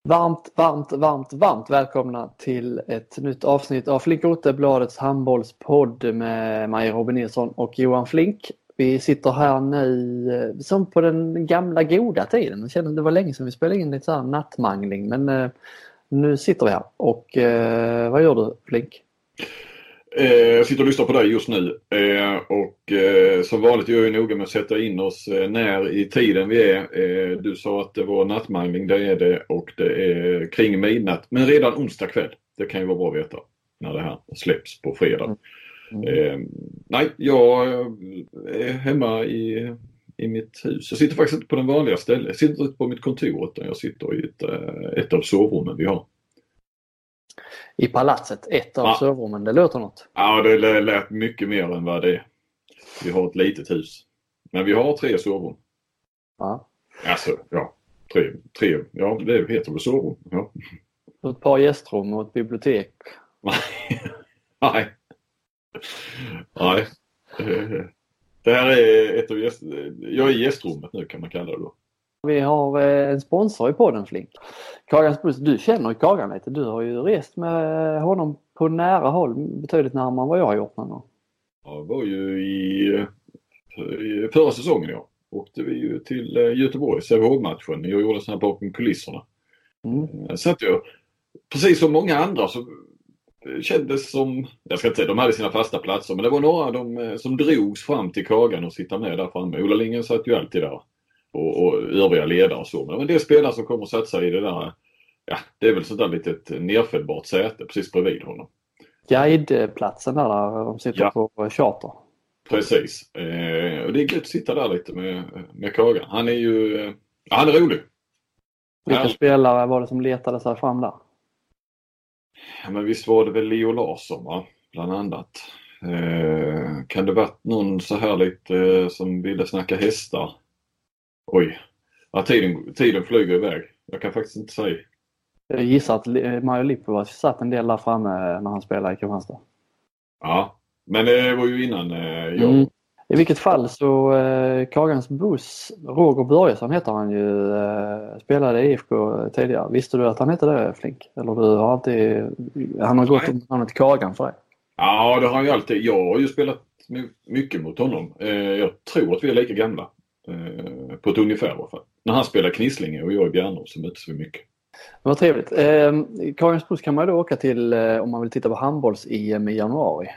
Varmt välkomna till ett nytt avsnitt av Flink Otebladets handbollspodd med mig Robin Nilsson och Johan Flink. Vi sitter här nu som på den gamla goda tiden. Jag kände det var länge sedan vi spelade in lite så här nattmangling, men nu sitter vi här. Och vad gör du, Flink? Jag sitter och lyssnar på dig just nu och som vanligt är jag noga med att sätta in oss när i tiden vi är. Du sa att det var nattmangling, det är det, och det är kring midnatt. Men redan onsdag kväll, det kan ju vara bra att veta när det här släpps på fredag. Nej, jag är hemma i mitt hus. Jag sitter faktiskt inte på den vanliga stället. Jag sitter inte på mitt kontor utan jag sitter i ett av sovrummen vi har. I palatset, ett av sovrummen, det låter något. Ja, det lät mycket mer än vad det är. Vi har ett litet hus. Men vi har 3 sovrum. Ja. Alltså, ja. 3. Ja, det heter väl sovrum. Ja. Ett par gästrum och ett bibliotek. Nej. Det här är ett av jag är i gästrummet nu, kan man kalla det då. Vi har en sponsor i podden, Flink. Kagans Buss, du känner ju Kagan lite. Du har ju rest med honom på nära håll, betydligt närmare än vad jag har gjort någon gång. Ja, det var ju i förra säsongen, ja. Åkte vi ju till Göteborg, Sävehof-matchen. Jag gjorde sån här bakom kulisserna. Så att jag, precis som många andra, så kändes som, jag ska inte säga, de hade sina fasta platser, men det var några av dem som drogs fram till Kagan och sitta med där framme. Ola Lingen satt ju alltid där. Och övriga ledare och så. Men det är spelare som kommer att satsa i det där. Ja, det är väl sådär litet nedfällbart säte precis bredvid honom. Guideplatsen där de sitter på charter. Precis. Och det är gött att sitta där lite med Kagan. Han är ju, han är rolig. Vilka spelare var det som letade sig fram där? Ja, men visst var det väl Leo Larsson, va? Bland annat. Kan det varit någon så här lite som ville snacka hästar? Oj, ja, tiden flyger iväg. Jag kan faktiskt inte säga. Jag gissar att Mario Lipovac satt en del där framme när han spelade i Kristianstad. Ja, men det var ju innan jag... I vilket fall så Kagans Buss, Roger Börjesson heter han ju, spelade i IFK tidigare. Visste du att han heter det, Flink? Eller du har alltid, han har gått om namnet Kagan för dig? Ja, det har han ju alltid. Jag har ju spelat mycket mot honom. Jag tror att vi är lika gamla. På ett ungefär i alla fall. När han spelar Knislinge och jag i Bjärnum så möts vi mycket. Det var trevligt. Kagans Buss kan man ju då åka till om man vill titta på handbolls-EM i januari.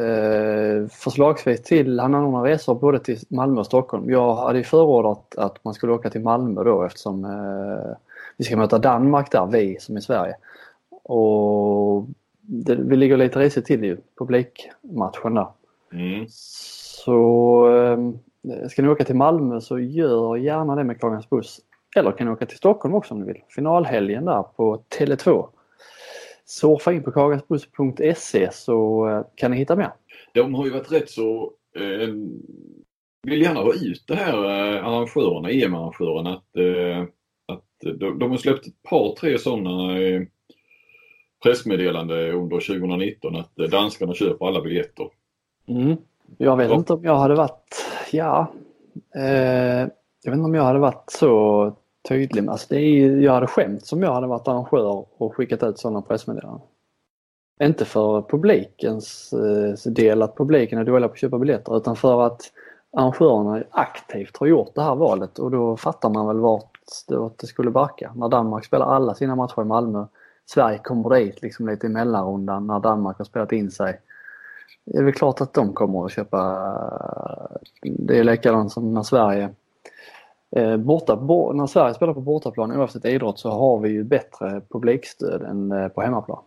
Förslagsvis till, han har några resor både till Malmö och Stockholm. Jag hade ju förordat att man skulle åka till Malmö då eftersom vi ska möta Danmark där, vi som i Sverige. Och vi ligger lite risigt till ju, publikmatchen där. Så ska ni åka till Malmö så gör gärna det med Kagans Buss. Eller kan ni åka till Stockholm också om ni vill. Finalhelgen där på Tele2. Surfa in på kagansbuss.se så kan ni hitta mer. De har ju varit rätt så... vill gärna ha ut det här arrangörerna, EM-arrangörerna. Att de har släppt ett par, 3 sådana pressmeddelande under 2019 att danskarna köper alla biljetter. Jag vet inte om jag hade varit... jag vet inte om jag hade varit så tydlig. Alltså jag hade skämt som jag hade varit arrangör och skickat ut sådana pressmeddelanden. Inte för publikens del att publiken är dåliga på att köpa biljetter, utan för att arrangörerna aktivt har gjort det här valet, och då fattar man väl vart det skulle barka. När Danmark spelar alla sina matcher i Malmö, Sverige kommer dit liksom lite i mellanrundan när Danmark har spelat in sig. Det är väl klart att de kommer att köpa. Det är likadant som när Sverige när Sverige spelar på bortaplan oavsett idrott, så har vi ju bättre publikstöd än på hemmaplan.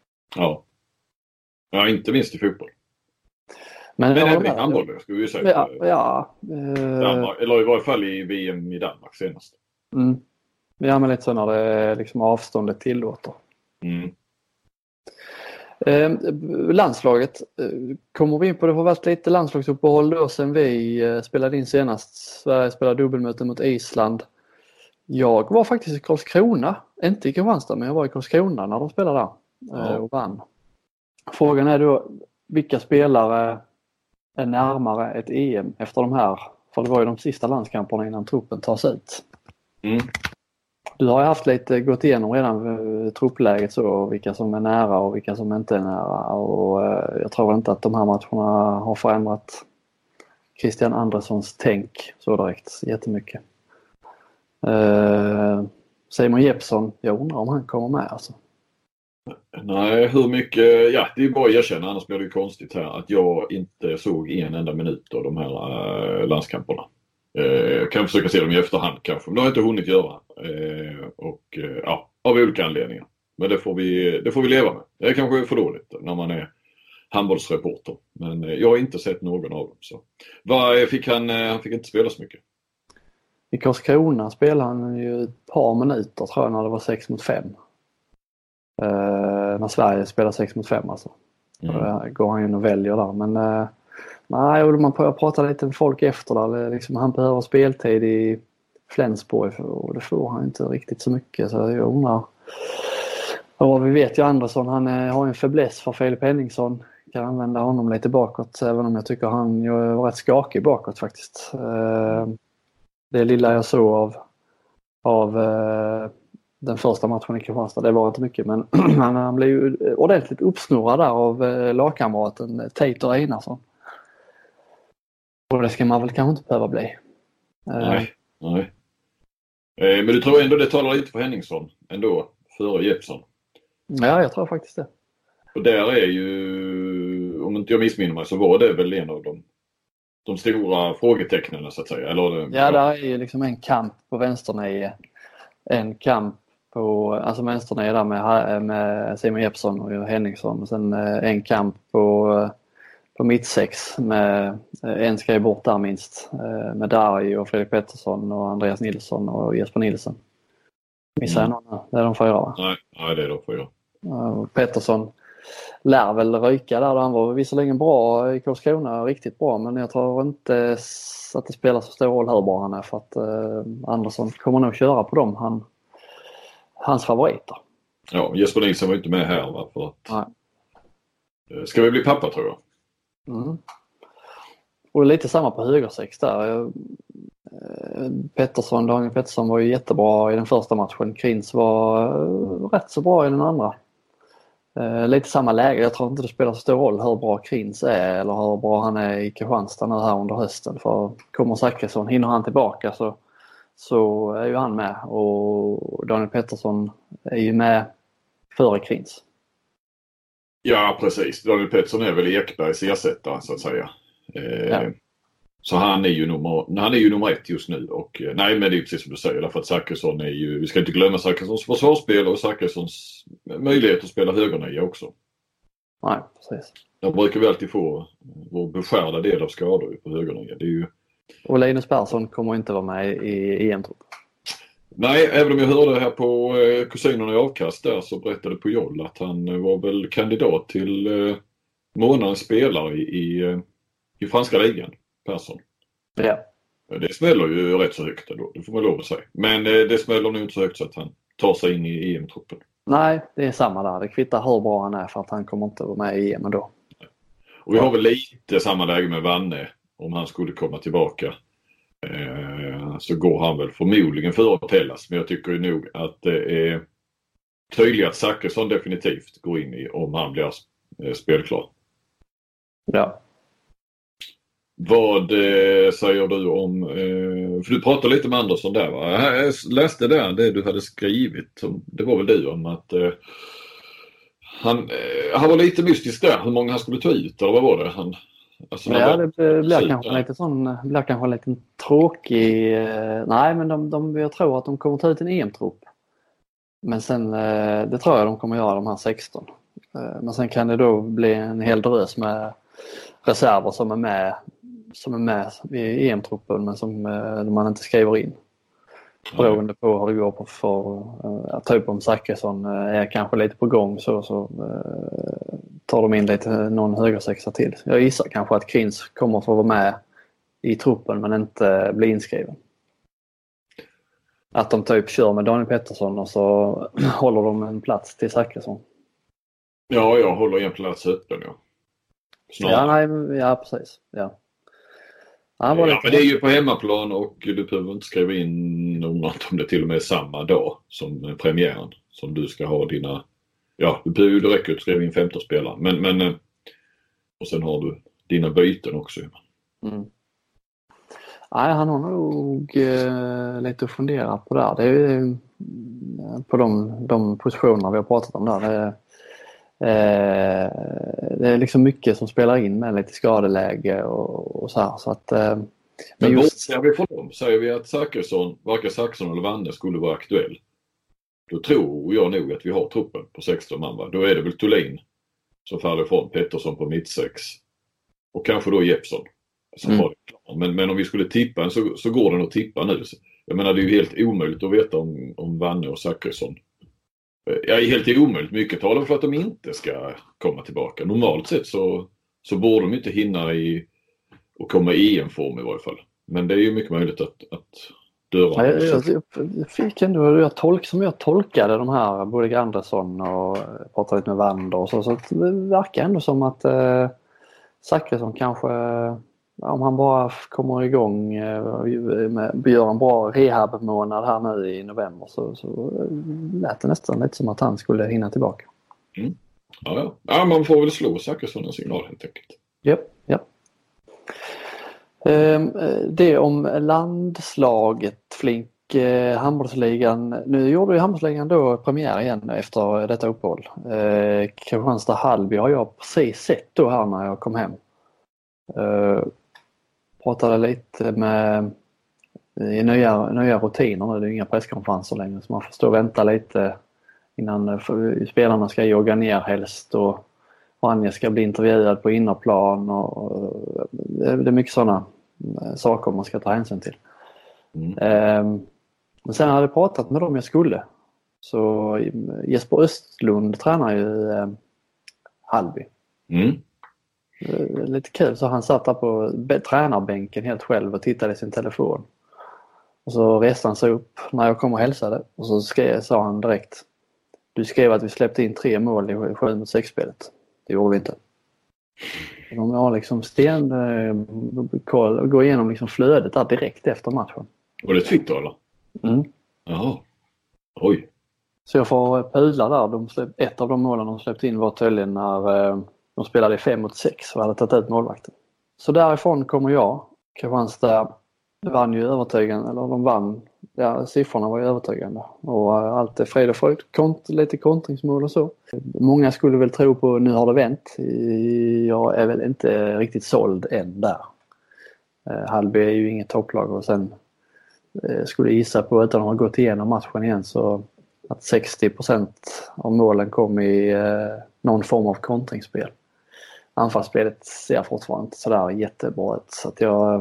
Ja, inte minst i fotboll. Men även i handboll, skulle vi säga. Danmark, eller i varje fall i VM i Danmark senast. Ja, men lite så när det liksom avståndet tillåter. Landslaget kommer vi in på. Det har varit lite landslagsuppehåll då sen vi spelade in senast. Sverige spelade dubbelmöte mot Island. Jag var faktiskt i Karlskrona, inte i Kristianstad, men jag var i Karlskrona när de spelade där och vann. Frågan är då, vilka spelare är närmare ett EM efter de här? För det var ju de sista landskamperna innan truppen tas ut. Du har ju haft lite gått igenom redan truppläget så, vilka som är nära och vilka som inte är nära, och jag tror inte att de här matcherna har förändrat Christian Anderssons tänk så direkt jättemycket. Simon Jeppsson, jag undrar om han kommer med alltså. Nej, hur mycket, ja det är bara att erkänna, annars blir det ju konstigt här att jag inte såg en enda minut av de här landskamperna. Kan försöka se dem i efterhand kanske, men det har jag inte hunnit göra. Av olika anledningar. Men det får vi leva med. Det är kanske för dåligt när man är handbollsreporter. Men jag har inte sett någon av dem. Så. Han fick inte spela så mycket. I Karlskrona spelade han ju ett par minuter tror jag när det var 6-5. När Sverige spelar 6-5 alltså. Går han in och väljer där. Men nej, man pratar lite med folk efter där. Liksom, han behöver speltid i Flensburg och det får han inte riktigt så mycket. Så jag undrar. Och vi vet ju Andersson, han har en fäbless för Filip Henningsson. Kan använda honom lite bakåt, även om jag tycker han var rätt skakig bakåt faktiskt. Det lilla jag såg av den första matchen i Kristianstad, det var inte mycket, men han blev ju ordentligt uppsnurrad där av lagkamraten Tater Einarsson. Och det ska man väl kanske inte behöva bli. Nej. Men du tror ändå det talar lite för Henningsson ändå, före Jeppsson? Ja, jag tror faktiskt det. Och där är ju, om inte jag missminner mig, så var det väl en av de stora frågetecknen så att säga. Eller, ja, där är ju liksom en kamp på vänsternäge. En kamp på, alltså vänsternäge där med Simon Jeppsson och Henningsson. Och sen en kamp på mittsex med en ska ju bort där minst. Med Darj och Fredrik Pettersson och Andreas Nilsson och Jesper Nilsson. Missar jag någon? Det är de 4 va? Nej, det är de 4. Pettersson lär väl ryka där. Han var visserligen bra i Karlskrona, riktigt bra, men jag tror inte att det spelar så stor roll hur bra han är, för att Andersson kommer nog köra på dem, hans favoriter. Ja, Jesper Nilsson var inte med här va? För att ska vi bli pappa tror jag. Och lite samma på högersex där. Daniel Pettersson var ju jättebra i den första matchen. Krins var rätt så bra i den andra. Lite samma läge. Jag tror inte det spelar så stor roll hur bra Krins är eller hur bra han är i Kristianstad nu här under hösten. För kommer Zachrisson, hinner han tillbaka så är ju han med. Och Daniel Pettersson är ju med före Krins. Ja, precis. Daniel Pettersson är väl Ekbergs ersättare så att säga. Så han är ju nummer 1 just nu. Och nej, men det är precis som du säger. Därför att Zachrisson är ju, vi ska inte glömma Zachrissons försvarsspel och Zachrissons möjlighet att spela högernia också. Nej, precis. Där brukar vi alltid få vår beskärda del av skador på högernia. Det är ju... Och Linus Persson kommer inte vara med i EM-truppen. Nej, även om jag hörde här på kusinerna i avkast där så berättade Pujol att han var väl kandidat till månadens spelare i franska ligan, Persson. Ja. Det smäller ju rätt så högt ändå, det får man lov att säga. Men det smäller nog inte så högt så att han tar sig in i EM-truppen. Nej, det är samma där. Det kvittar hur bra han är för att han kommer inte vara med i EM ändå. Och vi har väl lite samma läge med Vanne. Om han skulle komma tillbaka så går han väl förmodligen före Tellas. Men jag tycker ju nog att det är tydligt att Zachrisson definitivt går in i om han blir spelklar. Ja. Vad säger du om, för du pratade lite med Andersson där va? Jag läste där det du hade skrivit, det var väl du om att han var lite mystisk där, hur många han skulle ta ut eller vad var det? Det blir kanske lite tråkig, nej men jag tror att de kommer ta ut en EM-trupp. Men sen, det tror jag de kommer göra de här 16. Men sen kan det då bli en hel drös med reserver som är med i EM-truppen men som man inte skriver in. Beroende på hur det går för typ om Zachrisson är kanske lite på gång så tar de in någon högersexa till. Jag gissar kanske att Krins kommer att få vara med i truppen men inte bli inskriven. Att de typ kör med Daniel Pettersson och så håller de en plats till Zachrisson. Ja, jag håller en plats öppen ja. Ja, precis. Ja. Ja, men det är ju på hemmaplan och du behöver inte skriva in något om det till och med samma dag som premiären. Som du ska ha dina... Ja, du behöver ju direkt att skriva in 15 spelare. Men och sen har du dina byten också. Mm. Nej, han har nog lite att fundera på där. Det är på de positionerna vi har pratat om där. Det är liksom mycket som spelar in med lite skadeläge och så här. Så att, men just... ser vi från dem? Säger vi att varken Zachrisson eller Vanne skulle vara aktuell? Då tror jag nog att vi har truppen på 16 man. Va? Då är det väl Thulin som faller ifrån, Pettersson på mittsex och kanske då Jeppsson. Men om vi skulle tippa så går den att tippa nu. Jag menar det är ju helt omöjligt att veta om Vanne och Zachrisson. Ja, helt omöjligt. Mycket talar för att de inte ska komma tillbaka. Normalt sett så borde de inte hinna och komma i EM-form i varje fall. Men det är ju mycket möjligt att dörra. Som jag tolkade de här, både Andersson och pratade lite med Wander och så det verkar ändå som att Zachrisson kanske, om han bara kommer igång gör en bra rehab-månad här nu i november så lät det nästan lite som att han skulle hinna tillbaka. Mm. Ja, man får väl slå Zachrisson en signal helt enkelt. Ja. Det om landslaget, Flink, handbollsligan. Nu gjorde ju handbollsligan då premiär igen efter detta uppehåll. Kristianstad-Hallby har jag precis sett då här när jag kom hem. Pratade lite med i nya rutiner. Det är inga presskonferenser längre så man får stå och vänta lite innan spelarna ska jogga ner helst och Anja ska bli intervjuad på innerplan och det är mycket sådana saker man ska ta hänsyn till. Men sen hade jag pratat med dem jag skulle. Så Jesper Östlund tränar ju Hallby. Lite kul så han satt där på tränarbänken helt själv och tittade i sin telefon. Och så reste han sig upp när jag kom och hälsade och så sa han direkt: du skrev att vi släppte in 3 mål i 7-6-spelet. Det gjorde vi inte. De har liksom gå igenom liksom flödet där direkt efter matchen. Var det Twitter eller? Jaha. Oj. Så jag får pudla där. Ett av de målen de släppte in var tydligen när de spelade 5-6 och hade tagit ut målvakten. Så därifrån kommer jag. Kristianstad vann ju övertygande, eller de vann. Ja, siffrorna var ju övertygande. Och allt är fred och fröjd. Lite kontringsmål och så. Många skulle väl tro på nu har det vänt. Jag är väl inte riktigt såld än där. Hallby är ju inget topplag och sen skulle gissa på utan att ha gått igenom matchen igen så att 60% av målen kom i någon form av kontringsspel. Anfallsspelet ser fortfarande inte sådär jättebra ut så att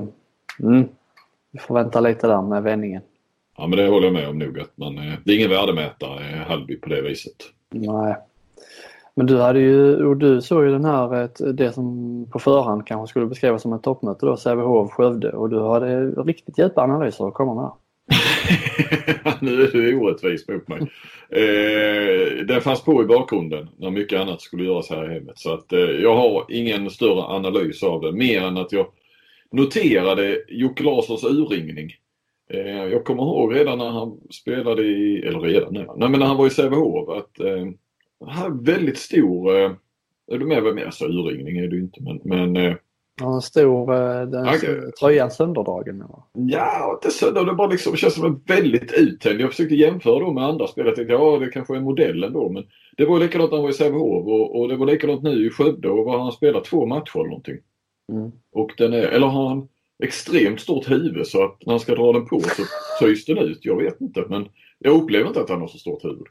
vi får vänta lite där med vändningen. Ja, men det håller jag med om nog att det är ingen värdemätare Hallby på det viset. Nej. Men du såg ju den här, det som på förhand kanske skulle beskrivas som ett toppmöte då, Sävehof Skövde, och du hade riktigt djupa analyser att komma med. Nu är det orättvist mot mig. Den fanns på i bakgrunden när mycket annat skulle göras här i hemmet. Så att jag har ingen större analys av det. Mer än att jag noterade Jocke Larssons urringning. Jag kommer ihåg redan när han spelade när han var i Sävehof att han har väldigt stor, är du med vad mer så urringning är du inte men ja, tröjan sönderdragen. Ja, det sönder det bara liksom känns som en väldigt uttänd. Jag försökte jämföra då med andra spelare. Jag tänkte det kanske är modellen då, men det var likadant när han var i Sävehof och det var likadant nu i Skövde och han spelat 2 matcher eller någonting. Och eller har han extremt stort huvud så att när han ska dra den på så töjs den ut. Jag vet inte, men jag upplever inte att han har så stort huvud.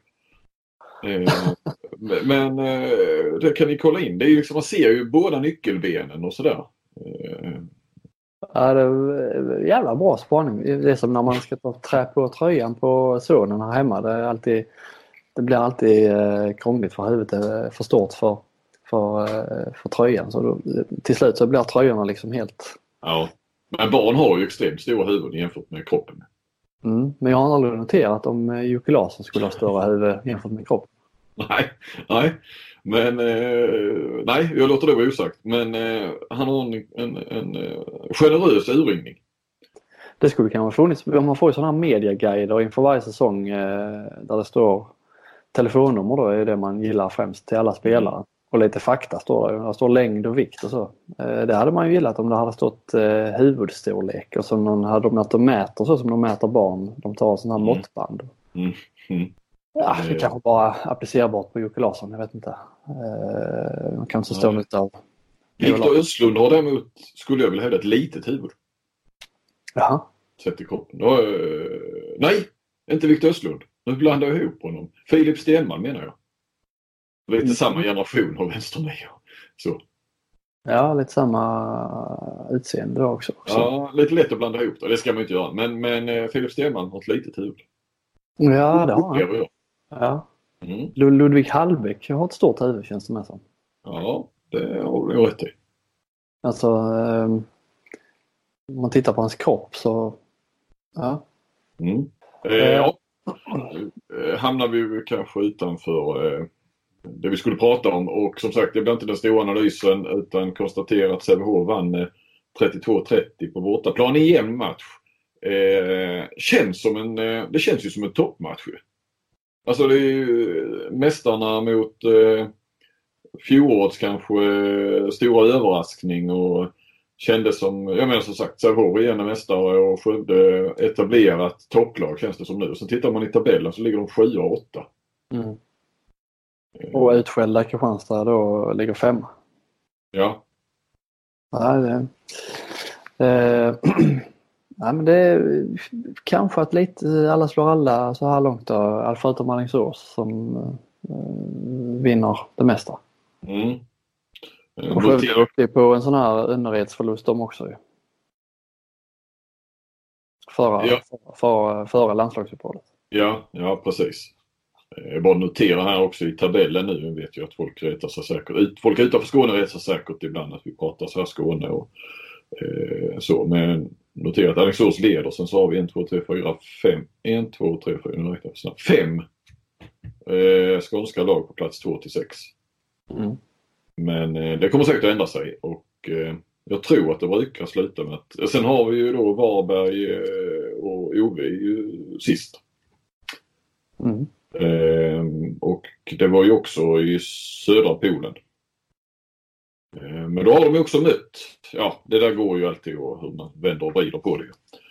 Men det kan ni kolla in. Det är liksom, man ser ju båda nyckelbenen och sådär. Ja, det är jävla bra spaning. Det är som när man ska trä på tröjan på sonen här hemma. Det blir alltid krångligt för huvudet är för stort för tröjan. Så då, till slut så blir tröjorna liksom helt... Ja, men barn har ju extremt stora huvuden jämfört med kroppen. Men jag har aldrig noterat om Jocke Larsson skulle ha större huvud jämfört med kroppen. Nej. Men nej, jag låter det vara osagt. Men han har en generös urringning. Det skulle kanske funnits, om man får ju sådana här medieguider inför varje säsong där det står telefonnummer, då är det man gillar främst till alla spelare. Och lite fakta står det. Där står längd och vikt och så. Det hade man ju gillat om det hade stått huvudstorlek och så att de mäter så som de mäter barn. De tar sådana här måttband. Ja, det kanske bara applicerbart på Jocke Larsson, jag vet inte. Man kan inte stå lite av. Viktor Östlund har däremot, skulle jag vilja hävda, ett litet huvud. Jaha. Sett i kroppen. Nej, inte Viktor Östlund. Nu blandar jag ihop honom. Filip Stenman menar jag. Lite samma generation av vänsternior. Så. Ja, lite samma utseende också. Ja, lite lätt att blanda ihop det. Det ska man inte göra. Men Filip Stenman har ett litet huvud. Ja, det har han. Ja. Ludvig Hallbäck har ett stort huvud, känns det med som. Ja, det har du rätt i. Alltså, om man tittar på hans kropp så... Ja. Hamnar vi kanske utanför det vi skulle prata om. Och som sagt, det blir inte den stora analysen utan konstatera att Sävehof vann med 32-30 på bortaplan i en jämn match. Det känns ju som en toppmatch. Alltså det är ju mästarna mot fjolårets kanske stora överraskning och kändes som, jag menar som sagt, Sävehof igen är mästare och Skövde etablerat topplag känns det som nu. Så tittar man i tabellen så ligger de 7 och 8. Och utskällda Kristianstad då ligger 5. Ja. Nej, nej, men det är kanske att lite alla slår alla så här långt då, allt förutom Alingsås som vinner det mesta. Och Skövde åkte på en sån här underredsförlust de också ju. Före landslagsuppehållet. Ja, precis. Jag bara noterar här också i tabellen nu, jag vet ju att folk retar sig säkert. Folk utanför Skåne retar sig säkert ibland att vi pratar så här Skåne och så. Men notera att Alingsås leder, sen så har vi 1, 2, 3, 4, 5. 1, 2, 3, 4, nu räknar jag snabbt. 5 skånska lag på plats 2-6. Men det kommer säkert att ändra sig och jag tror att det brukar sluta med att... Sen har vi ju då Varberg och OV ju sist. Och det var ju också i södra Polen. Men då har de också mött. Ja, det där går ju alltid och hur man vänder och vrider på det.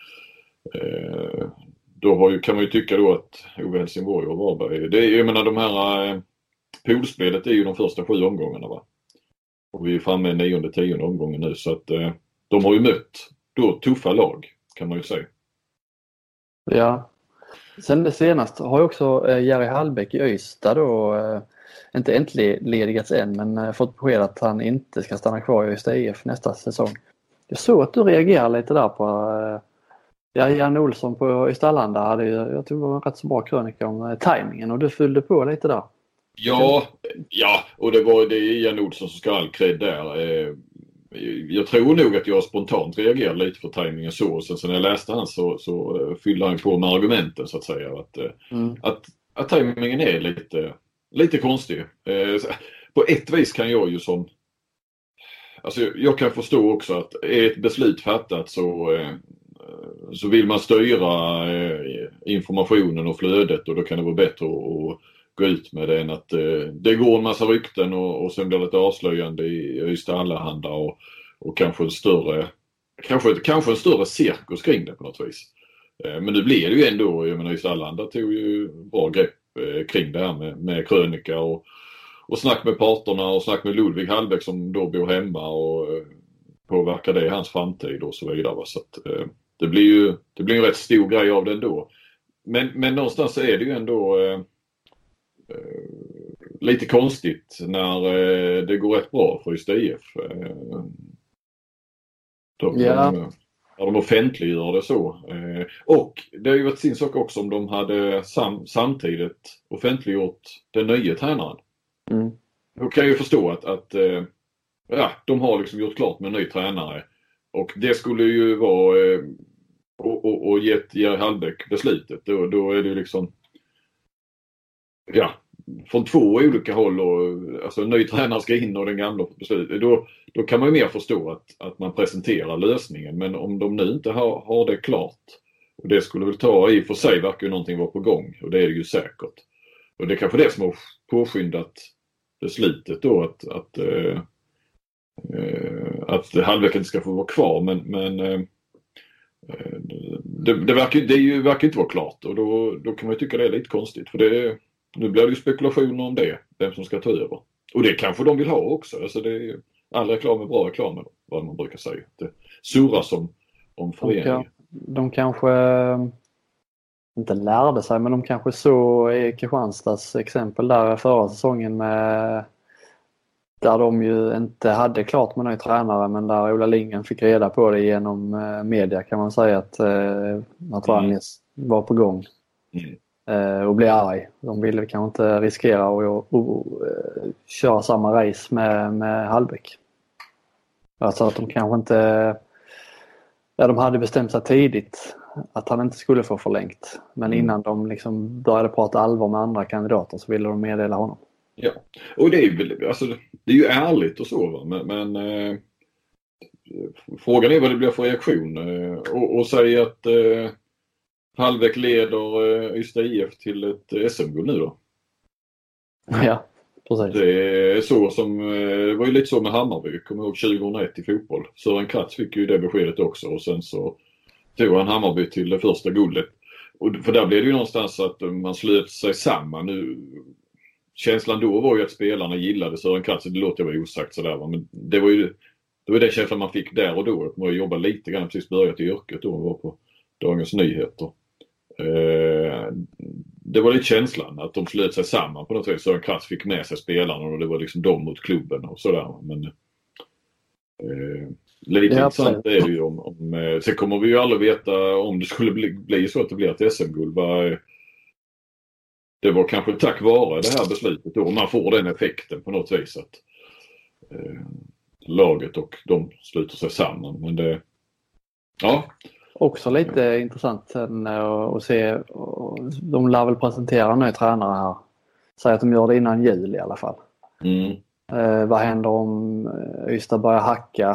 Då kan man ju tycka då att OV Helsingborg och Varberg, jag menar de här poolspelet är ju de första 7 omgångarna, va? Och vi är framme i 9:e-10:e omgången nu, så att de har ju mött då tuffa lag, kan man ju säga. Ja. Sen det senaste har ju också Jerry Hallbäck i Ystad då inte entledigats än, men fått besked att han inte ska stanna kvar i Ystad IF nästa säsong. Jag såg att du reagerade lite där på Jan Olsson på Ystadlanda hade ju, jag tror det var en rätt så bra krönika om tajmingen och du fyllde på lite där. Ja, och det är Jan Olsson som ska ha all cred där. Jag tror nog att jag spontant reagerade lite på tajmingen så. Och sen när jag läste han så fyllde han på med argumenten så att säga. Att tajmingen är lite konstig. På ett vis kan jag ju som... Alltså jag kan förstå också att är ett beslut fattat så vill man styra informationen och flödet och då kan det vara bättre att gå ut med det än att det går en massa rykten och sen blir det ett avslöjande i Ystad Allehanda och kanske en större cirkus kring det på något vis. Men nu blir det ju ändå, jag menar Ystad Allehanda tog ju bra grepp kring det här med krönika och snack med parterna och snack med Ludvig Hallbäck som då bor hemma och påverkar det hans framtid och så vidare. Så att, det blir ju en rätt stor grej av det ändå. Men någonstans är det ju ändå lite konstigt när det går rätt bra för Ystad IF. De offentliggör det så. Och det har ju varit sin sak också om de hade samtidigt offentliggjort den nya tränaren. Då kan jag ju förstå att de har liksom gjort klart med en ny tränare. Och det skulle ju vara och gett Jerry Hallbäck beslutet. Då är det ju liksom från 2 olika håll och alltså en ny tränare ska in och den gamla beslut. Då kan man ju mer förstå att man presenterar lösningen. Men om de nu inte har det klart, och det skulle väl ta i för sig, verkar ju någonting vara på gång, och det är det ju säkert. Och det är kanske det som har påskyndat beslutet då att Hallbäck inte ska få vara kvar, men det verkar inte vara klart, och då kan man ju tycka det är lite konstigt, för nu blir det ju spekulationer om det, vem som ska ta över. Och det kanske de vill ha också. Alltså det är, all reklam är bra reklam, eller vad man brukar säga. Det surras om föreningen. De kanske inte lärde sig, men de kanske så i Kristianstads exempel där förra säsongen där de ju inte hade klart med ny tränare, men där Ola Lindgren fick reda på det genom media, kan man säga att Vannis var på gång. Och blev arg. De ville kanske inte riskera att köra samma race med Hallbäck. Alltså att de kanske inte... Ja, de hade bestämt sig tidigt att han inte skulle få förlängt. Men innan de liksom började prata allvar med andra kandidater så ville de meddela honom. Ja, och det är ju ärligt och så, va? Men frågan är vad det blir för reaktion. Och säga att Hallbäck leder Ystad IF till ett SM-guld nu då. Ja, precis. Det är så som, det var ju lite så med Hammarby, kommer ihåg 2001 i fotboll. Sören Kratz fick ju det beskedet också, och sen så tog han Hammarby till det första guldet. Och för där blev det ju någonstans att man slöt sig samman. Nu, känslan då var ju att spelarna gillade Sören Kratz, det låter jag vara osagt sådär, men det var det känslan man fick där och då, att man jobbade lite grann, precis börjat i yrket då, var på Dagens Nyheter. Det var lite känslan att de slöt sig samman på något sätt. Sören Kratz fick med sig spelarna och det var liksom de mot klubben och sådär. Men lite intressant är det ju om sen kommer vi ju aldrig veta om det skulle bli så att det blir ett SM-guld. Det var kanske tack vare det här beslutet då, om man får den effekten på något vis, att laget och de sluter sig samman. Men det, ja. Också lite intressant att se, de lär väl presentera en ny tränare här. Säg att de gör det innan jul i alla fall. Vad händer om Ystad börjar hacka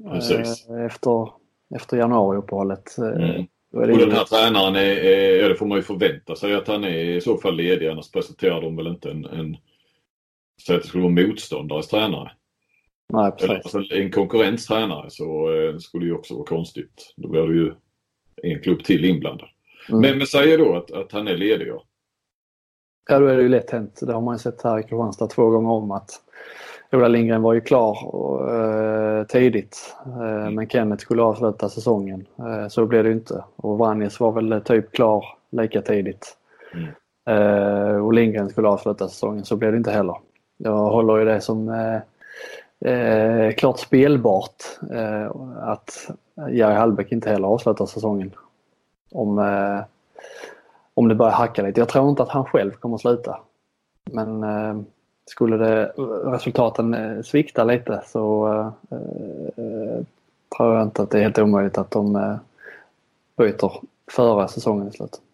efter januariuppehållet? Och den här tränaren det får man ju förvänta sig att han är i så fall ledig, annars presenterar de väl inte så att det skulle vara motståndares tränare. Nej, precis. Eller alltså en konkurrenstränare, så skulle ju också vara konstigt. Då blir det ju en klubb till inblandad. Men säger då att han är ledig, ja. Ja, då är det ju lätt hänt. Det har man ju sett här i Kristianstad 2 gånger om, att Ola Lindgren var ju klar tidigt. Men Kenneth skulle avsluta säsongen. Så blev det ju inte. Och Vannis var väl typ klar lika tidigt. Och Lindgren skulle avsluta säsongen, så blev det inte heller. Jag håller ju det som klart spelbart att Jerry Hallbäck inte heller avslutar säsongen om det börjar hacka lite. Jag tror inte att han själv kommer att sluta, men skulle resultaten svikta lite så tror jag inte att det är helt omöjligt att de byter före säsongen i slut.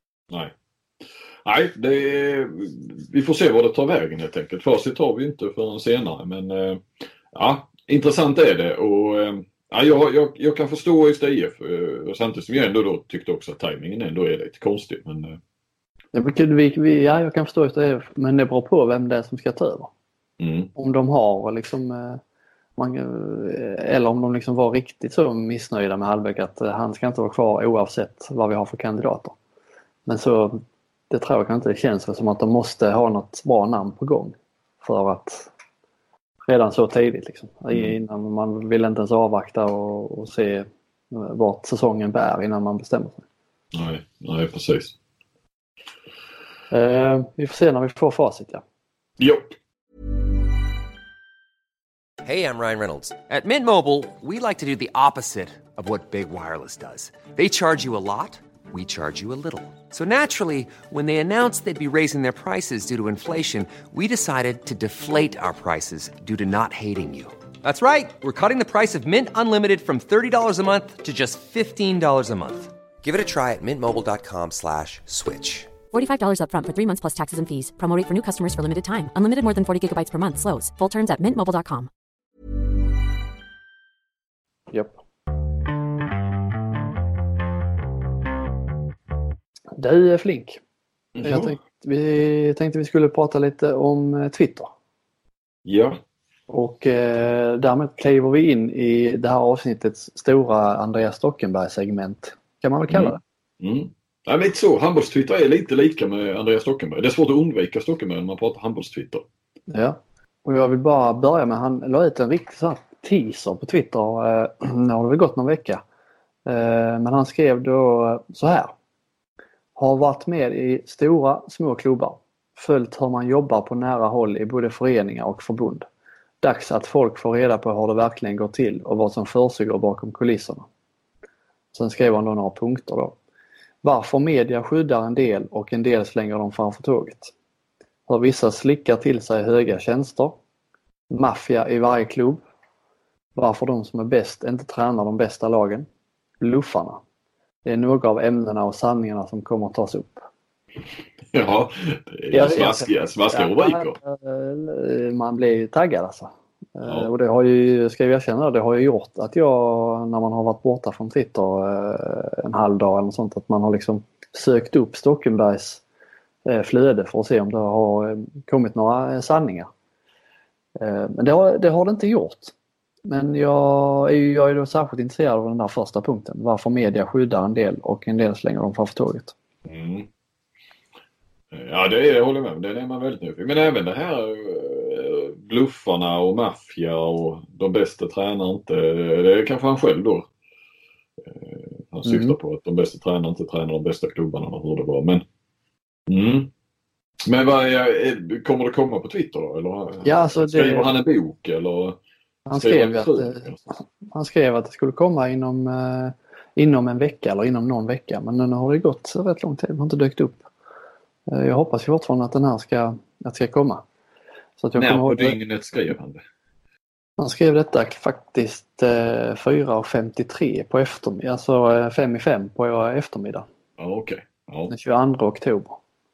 Nej, vi får se vad det tar vägen helt enkelt. Facit har vi inte förrän senare, men ja, intressant är det. Och jag kan förstå Ystad IF, samtidigt som jag ändå då tyckte också att tajmingen ändå är lite konstig. Men jag kan förstå Ystad IF, men det beror på vem det är som ska ta över. Om de har liksom eller om de liksom var riktigt så missnöjda med Hallbäck att han ska inte vara kvar oavsett vad vi har för kandidater. Men så det tror jag inte. Det känns som att de måste ha något bra namn på gång för att redan så tidigt liksom. Innan man vill inte ens avvakta och se vart säsongen bär innan man bestämmer sig. Nej, precis. Vi får se när vi får facit, ja. Jo. Hey, I'm Ryan Reynolds. At Mint Mobile, we like to do the opposite of what Big Wireless does. They charge you a lot. We charge you a little. So naturally, when they announced they'd be raising their prices due to inflation, we decided to deflate our prices due to not hating you. That's right. We're cutting the price of Mint Unlimited from $30 a month to just $15 a month. Give it a try at mintmobile.com/switch. $45 up front for 3 months plus taxes and fees. Promo rate for new customers for limited time. Unlimited more than 40 gigabytes per month slows. Full terms at mintmobile.com. Japp. Du är Flink. Vi tänkte vi skulle prata lite om Twitter. Ja. Och därmed kliver vi in i det här avsnittets stora Andreas Stockenberg-segment. Kan man väl kalla det? Ja, lite så. Handbollstwitter är lite lika med Andreas Stockenberg. Det är svårt att undvika Stockenberg när man pratar handbollstwitter. Ja. Och jag vill bara börja med, han la ut en riktig sån här teaser på Twitter. Nu har det väl gått någon vecka. Men han skrev då så här. Har varit med i stora, små klubbar. Följt hur man jobbar på nära håll i både föreningar och förbund. Dags att folk får reda på hur det verkligen går till och vad som försiggår bakom kulisserna. Sen skrev han då några punkter då. Varför media skyddar en del och en del slänger dem framför tåget. Hur vissa slickar till sig höga tjänster. Maffia i varje klubb. Varför de som är bäst inte tränar de bästa lagen. Bluffarna. Det är några av ämnena och sanningarna som kommer att tas upp. Ja, det är smaskiga rubriker. Man blir taggad alltså. Ja. Och det har ju, ska jag känna, det har ju gjort att jag, när man har varit borta från Twitter en halv dag eller något sånt, att man har liksom sökt upp Stockenbergs flöde för att se om det har kommit några sanningar. Men det har det inte gjort. Men jag är då särskilt intresserad av den där första punkten. Varför media skyddar en del och en del slänger dem framför tåget. Ja, det håller jag med. Det är man väldigt nyfiken. Men även det här bluffarna och maffia och de bästa tränar inte. Det är kanske han själv då. Han syftar på att de bästa tränarna inte tränar de bästa klubbarna och hur det var. Men kommer det komma på Twitter då? Eller ja, alltså skriver han en bok? Eller han skrev att det skulle komma inom en vecka eller inom någon vecka. Men nu har det gått så rätt lång tid. Det har inte dykt upp. Jag hoppas fortfarande att den här ska komma. Så att jag när på dygnet skrev han det? Han skrev detta faktiskt 4:53 på eftermiddag. Alltså 5:05 på eftermiddag. Ja, okej. Ja. Den 22 oktober.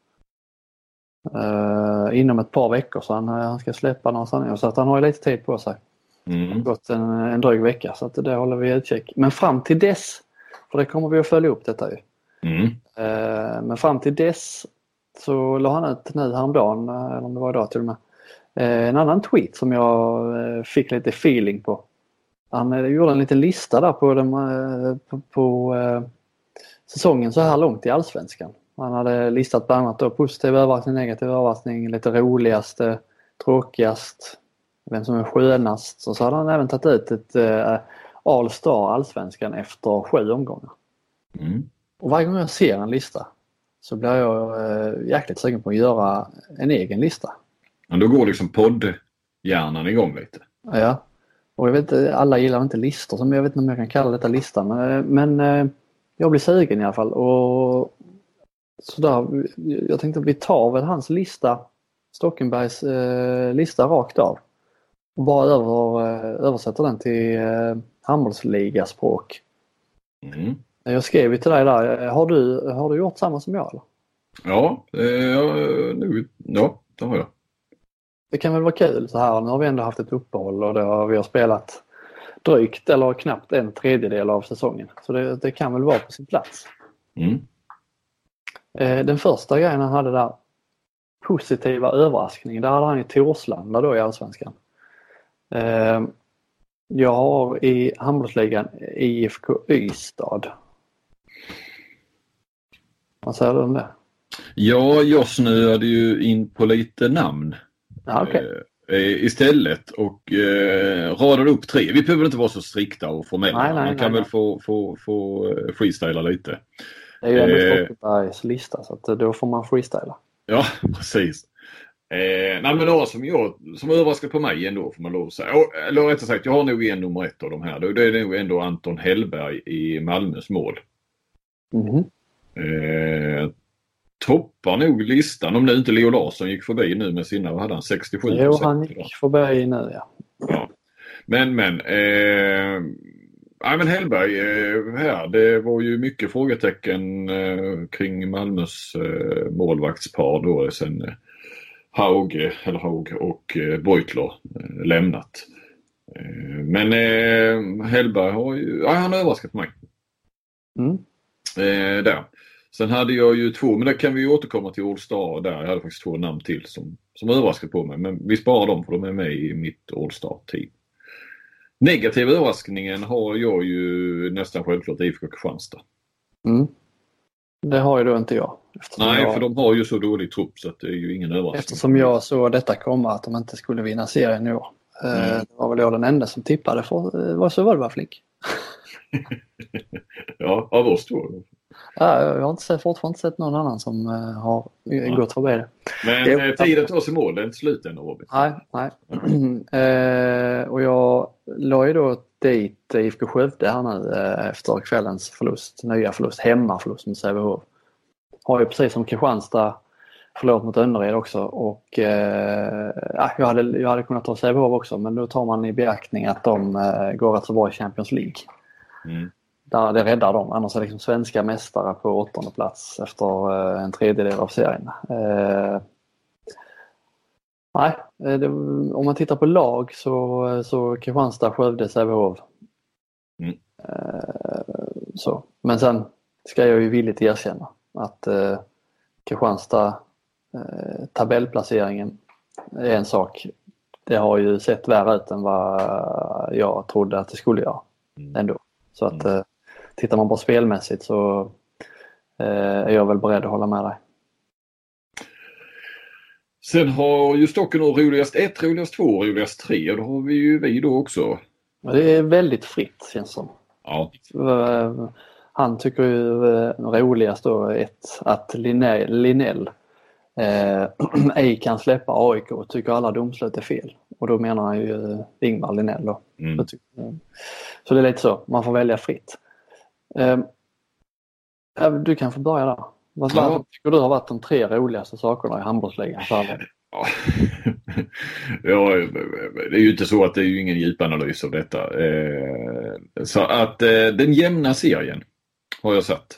Inom ett par veckor så han ska släppa några sanningar. Så att han har lite tid på sig. Det har gått en dryg vecka så att det håller vi utkik. Men fram till dess, för det kommer vi att följa upp detta ju. Men fram till dess så la han ut nu häromdagen, eller om det var idag till och med, en annan tweet som jag fick lite feeling på. Han gjorde en liten lista där på säsongen så här långt i Allsvenskan. Han hade listat bland annat då positiv överraskning, negativ överraskning, lite roligaste, tråkigast, vem som är skönast. Och så hade han även tagit ut ett All-Star Allsvenskan efter 7 omgångar. Och varje gång jag ser en lista så blir jag jäkligt sugen på att göra en egen lista. Men då går liksom poddhjärnan igång lite. Ja, och jag vet alla gillar inte listor, som jag vet inte om jag kan kalla detta listan. Men jag blir sugen i alla fall. Och så där, jag tänkte att vi tar väl hans lista, Stockenbergs lista rakt av. Och bara översätter den till handbollsligaspråk. Jag skrev ju till dig där. Har du gjort samma som jag eller? Ja, det har jag. Det kan väl vara kul så här. Nu har vi ändå haft ett uppehåll och vi har spelat drygt eller knappt 1/3 av säsongen. Så det kan väl vara på sin plats. Den första grejen han hade där, positiva överraskning. Där hade han i Torslanda då i Allsvenskan. Jag har i handbollsligan IFK Ystad. Vad säger du om det? Ja, jag snöade ju in på lite namn istället och radade upp 3. Vi behöver inte vara så strikta och formella. Man kan väl få freestyla lite. Det är ju ändå Stockenbergs lista så att då får man freestyla. Ja, precis. Men några som överraskar på mig ändå får man lov att säga. Eller rättare sagt, jag har nog en nummer 1 av de här. Det är nog ändå Anton Hellberg i Malmös mål. Toppar nog listan, om det inte Leo Larsson gick förbi nu med sina, vad hade han, 67%? Jo, han gick förbi nu, ja. Men Ja, men Hellberg här, det var ju mycket frågetecken kring Malmös målvaktspar då sen Haug och Beutler lämnat. Men Hellberg han har överraskat mig. Där. Sen hade jag ju 2, men det kan vi ju återkomma till All Star där. Jag hade faktiskt 2 namn till som överraskat på mig. Men vi sparar dem för de är med i mitt All Star-team. Negativa överraskningen har jag ju nästan självklart IFK Kristianstad. Det har ju då inte jag. Nej, för de har ju så dålig trupp så att det är ju ingen överraskning. Eftersom jag såg detta komma att de inte skulle vinna serien i år. Det var väl jag den enda som tippade för så var det bara flink. Ja, av oss två. Ja, jag har fortfarande inte sett någon annan som har gått förbi det. Men tiden tar sig mål, det är inte slut än, Robin. Nej. Och jag la ju då dit IFK Skövde här nu efter kvällens nya förlust, hemmaförlust mot Sävehof. Har ju precis som Kristianstad förlorat mot Önnered också och jag hade kunnat ta Sävehof också, men då tar man i beaktning att de går rätt så bra i Champions League. Där det räddar dem, annars är det liksom svenska mästare på 8:e plats efter en tredjedel av serien. Om man tittar på lag så Kristianstad, Skövde, Sävehof. Så. Men sen ska jag ju villigt erkänna att Kristianstad tabellplaceringen är en sak. Det har ju sett värre ut än vad jag trodde att det skulle göra ändå. Så att tittar man på spelmässigt så är jag väl beredd att hålla med dig. Sen har ju Stocken och roligast 1, roligast 2, roligast 3 och då har vi då också. Det är väldigt fritt känns som. Ja. Han tycker ju roligast då 1 att Linell ej kan släppa AIK och tycker alla domslut är fel. Och då menar han ju Ingmar Linell då. Så det är lite så, man får välja fritt. Du kan få börja där. Vad tycker du har varit de 3 roligaste sakerna i handbollsligan? Ja, det är ju inte så att det är ju ingen djupanalys av detta. Så att den jämna serien har jag satt.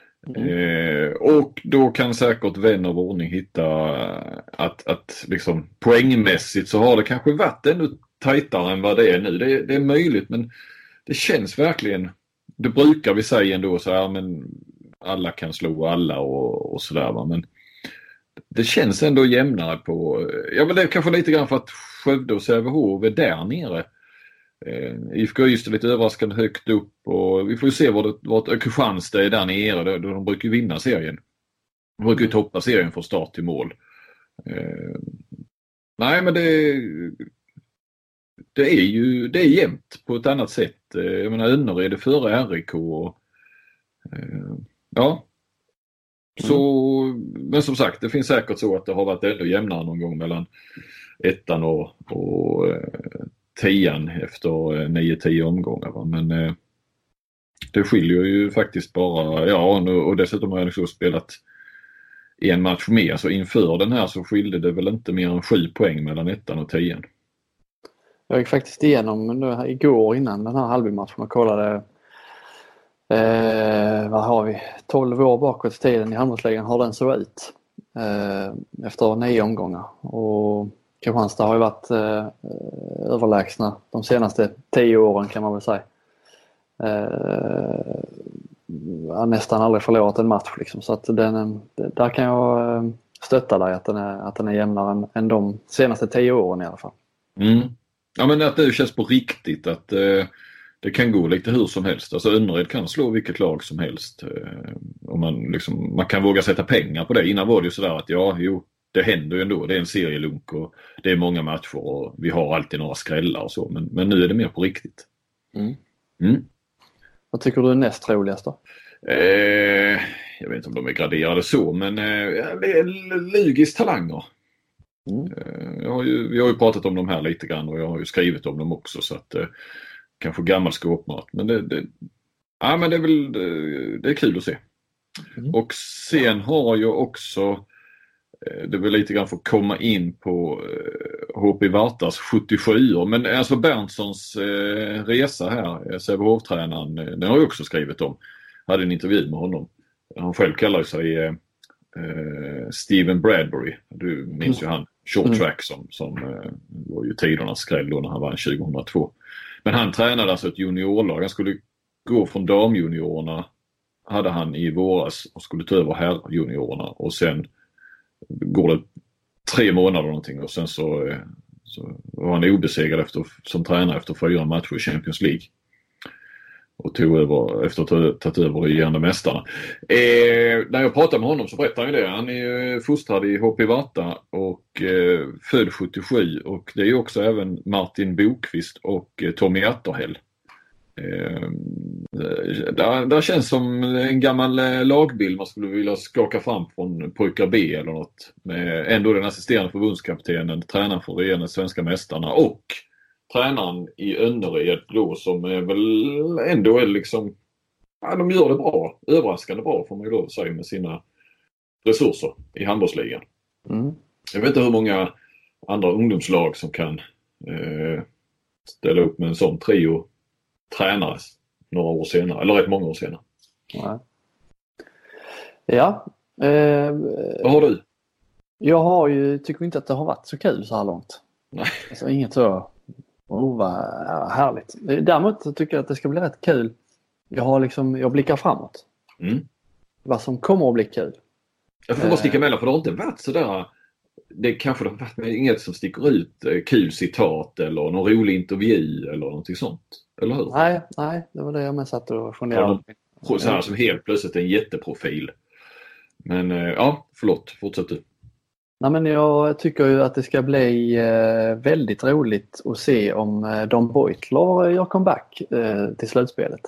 Och då kan säkert vän av ordning hitta att liksom poängmässigt så har det kanske varit ännu tajtare än vad det är nu. Det är möjligt, men det känns verkligen, det brukar vi säga ändå så här, men alla kan slå alla och sådär va, men det känns ändå jämnare på, ja men det är kanske lite grann för att Skövde och Sävehof är där nere. IFK Ystad lite överraskande högt upp och vi får ju se vad Kristianstad är där nere, då de brukar ju vinna serien. De brukar ju toppa serien från start till mål. Nej men det är jämnt på ett annat sätt. Jag menar Önnered är före RIK och ja. Så, men som sagt, det finns säkert så att det har varit ännu jämnare någon gång mellan 1:an och 10:an efter 9-10 omgångar. Va? Men det skiljer ju faktiskt bara, ja och dessutom har jag också spelat en match mer. Så inför den här så skilde det väl inte mer än 7 poäng mellan 1:an och 10:an. Jag gick faktiskt igenom igår innan den här halvmatchen och kollade vad har vi? 12 år bakåt i tiden i handbollsligan har den så ut efter 9 omgångar. Och Kristianstad har ju varit överlägsna de senaste 10 åren kan man väl säga. Nästan aldrig förlorat en match liksom. Så att där kan jag stötta dig att den är jämnare än de senaste 10 åren i alla fall. Ja men att det känns på riktigt att det kan gå lite hur som helst. Alltså Önnered kan slå vilket lag som helst. Och man kan våga sätta pengar på det. Innan var det ju sådär att det händer ju ändå. Det är en serielunk och det är många matcher och vi har alltid några skrällar och så. Men nu är det mer på riktigt. Vad tycker du är näst roligast då? Jag vet inte om de är graderade så, men Lugis talanger. Vi har ju pratat om de här lite grann och jag har ju skrivit om dem också så att kanske gammal skåpmat. Men det är väl det är kul att se. Och sen har jag också det är väl lite grann för att komma in på HP Vartas 77. Men alltså Berntsons resa här, Sävehof-tränaren, den har jag också skrivit om. Jag hade en intervju med honom. Han själv kallar sig Steven Bradbury. Du minns ju han, short track som var ju tidernas skräll då när han vann 2002. Men han tränade alltså ett juniorlag. Han skulle gå från damjuniorerna, hade han i våras, och skulle ta över herrjuniorerna, och sen går det 3 månader någonting, och sen så var han obesegrad som tränare efter 4 matcher i Champions League. Och tog över efter att ha tagit över regerande mästarna. När jag pratade med honom så berättade han ju det. Han är ju fostrad i HP Varta och född 77. Och det är ju också även Martin Bokvist och Tommy Atterhäll. Det känns som en gammal lagbild man skulle vilja skaka fram från pojkar B eller något. Med ändå den assisterande förbundskaptenen, tränaren för regerande svenska mästarna och tränaren i Önnered då, som är väl ändå är liksom, ja, de gör det bra, överraskande bra får man ju då säga, med sina resurser i handbollsligan. Jag vet inte hur många andra ungdomslag som kan ställa upp med en sån trio tränare några år senare, eller rätt många år senare. Ja. Vad har du? Jag tycker inte att det har varit så kul så här långt. Nej. Alltså inget så vad härligt. Däremot tycker jag att det ska bli rätt kul. Jag blickar framåt. Vad som kommer att bli kul. Jag får bara sticka emellan, för det har inte varit sådär. Det kanske har varit inget som sticker ut, kul citat eller någon rolig intervju eller någonting sånt. Eller hur? Nej, det var det jag med satt och funderade. Så här som helt plötsligt en jätteprofil. Men ja, förlåt, fortsätt du. Nej, men jag tycker ju att det ska bli väldigt roligt att se om Don Beutler gör comeback till slutspelet.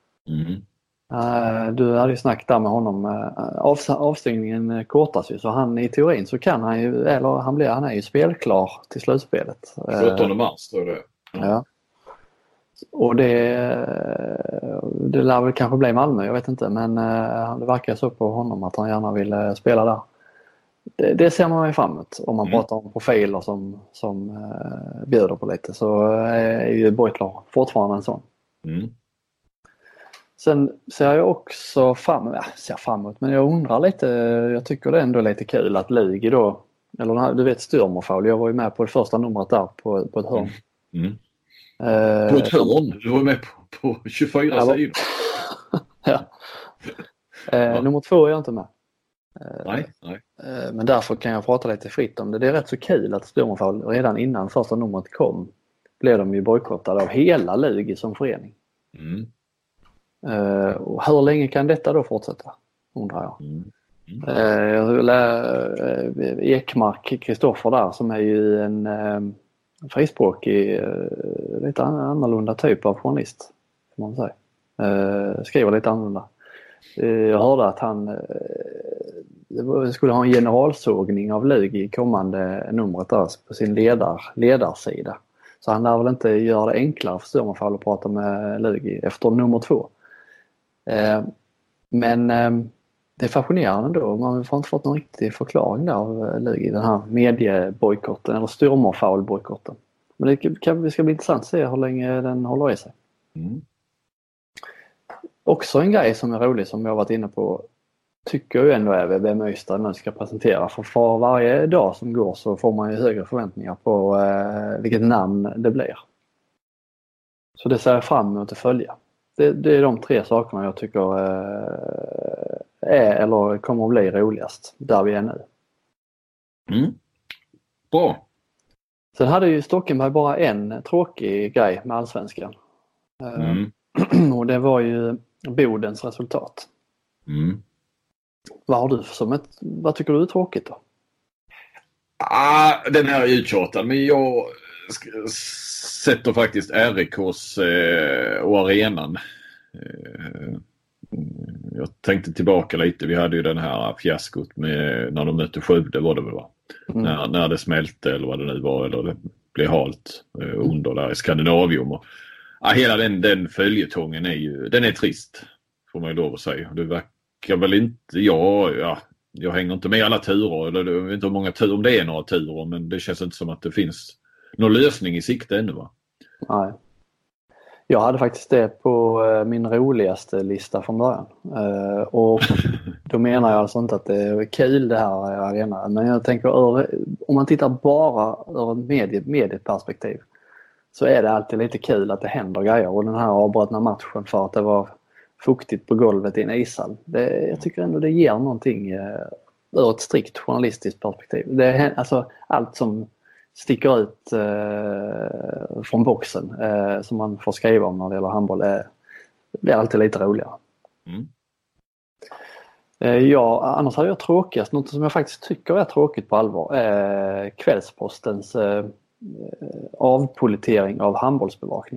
Du hade ju snackat där med honom. Avstängningen kortas ju, så han i teorin så kan han ju, eller han är ju spelklar till slutspelet. 17 mars tror jag det. Ja. Och det lär väl kanske bli Malmö, jag vet inte, men det verkar så på honom att han gärna vill spela där. Det ser man ju framåt. Om man pratar om profiler som bjuder på lite, så är ju Beutler fortfarande en sån. Sen ser jag också framåt, men jag undrar lite, jag tycker det är ändå lite kul att Lugi då, eller du vet Stürmerfaul, jag var ju med på det första numret där på ett hörn. På ett hörn? Du var med på 24 sidor. Ja. Nummer 2 är jag inte med. Nej. Men därför kan jag prata lite fritt om det. Det är rätt så kul att Stürmerfaul redan innan första numret kom blev de ju bojkottade av hela Lugi som förening. Och hur länge kan detta då fortsätta, undrar jag. Ekmark Kristoffer där, som är ju en frispråkig, lite annorlunda typ av journalist, kan man säga. Skriver lite annorlunda. Jag hörde att han skulle ha en generalsågning av Lugi i kommande numret där på sin ledarsida. Så han lär väl inte göra det enklare för Stürmerfaul att prata med Lugi efter nummer 2. Men det är fascinerande då. Man har inte fått någon riktig förklaring där av Lugi, den här mediebojkotten eller Stürmerfaul-bojkotten. Men det ska bli intressant att se hur länge den håller i sig. Också en grej som är rolig, som jag varit inne på, tycker jag ändå är vem Ystad nu ska presentera. För varje dag som går så får man ju högre förväntningar på vilket namn det blir. Så det ser jag fram emot att följa. Det är de 3 sakerna jag tycker är eller kommer att bli roligast där vi är nu. Bra. Sen hade ju Stockenberg bara en tråkig grej med Allsvenskan. Och det var ju Bodens resultat. Vad har du vad tycker du är tråkigt då? Den här är uttjatad, men jag sätter faktiskt RIKs och arenan. Jag tänkte tillbaka lite. Vi hade ju den här fiaskot med när de mötte Skövde, var det väl, va? När det smälte eller vad det nu var, eller det blev halt under där i Skandinavium. Och hela den följetongen den är trist, får man ju lov att säga. Det verkar väl inte, jag hänger inte med alla turer, eller jag vet inte hur många turer, om det är några turer, men det känns inte som att det finns någon lösning i sikte ännu, va? Nej. Jag hade faktiskt det på min roligaste lista från början. Och då menar jag alltså inte att det är kul det här arenan. Men jag tänker om man tittar bara ur medieperspektiv så är det alltid lite kul att det händer grejer. Och den här avbrutna matchen för att det var fuktigt på golvet i en ishall. Jag tycker ändå det ger någonting ur ett strikt journalistiskt perspektiv. Det är alltså allt som sticker ut från boxen som man får skriva om när det gäller handboll blir alltid lite roligare. Annars hade jag tråkigast, något som jag faktiskt tycker är tråkigt på allvar, Kvällspostens avpolitering av handbollsbevakning.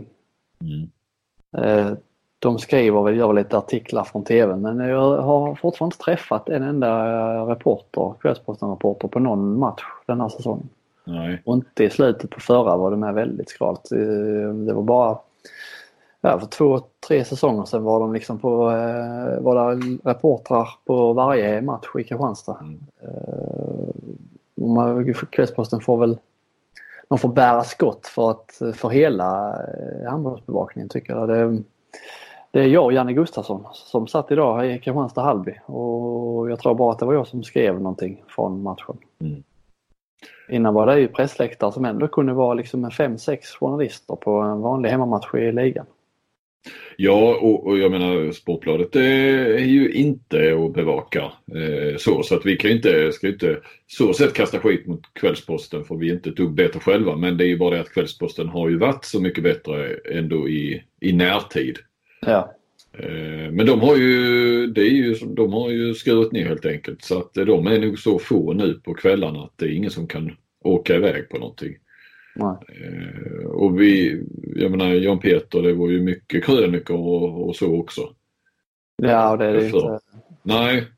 De gör lite artiklar från tv, men jag har fortfarande inte träffat en enda Kvällsposten-reporter på någon match den här säsongen. Nej. Och inte i slutet på förra var det med väldigt skralt. Det var bara för 2-3 säsonger sedan var de liksom var där reportrar på varje match i Kristianstad. Kvällsposten de får bära skott för hela handbollsbevakningen, tycker jag. Det är jag och Janne Gustafsson som satt idag i Kristianstad Hallby, och jag tror bara att det var jag som skrev någonting från matchen. Innan var det ju pressläktare som ändå kunde vara liksom 5-6 journalister på en vanlig hemmamatch i ligan. Ja, och jag menar, Sportbladet är ju inte att bevaka så att vi ska inte så sett kasta skit mot Kvällsposten, för vi är inte ett dugg bättre själva, men det är ju bara det att Kvällsposten har ju varit så mycket bättre ändå i närtid. Ja. Men de har ju skurit ner helt enkelt, så att de är nog så få nu på kvällarna att det är ingen som kan åka iväg på någonting. Nej. Och jag menar, Jan Peter, det var ju mycket krönikor och så också. Ja, det är det inte. Nej.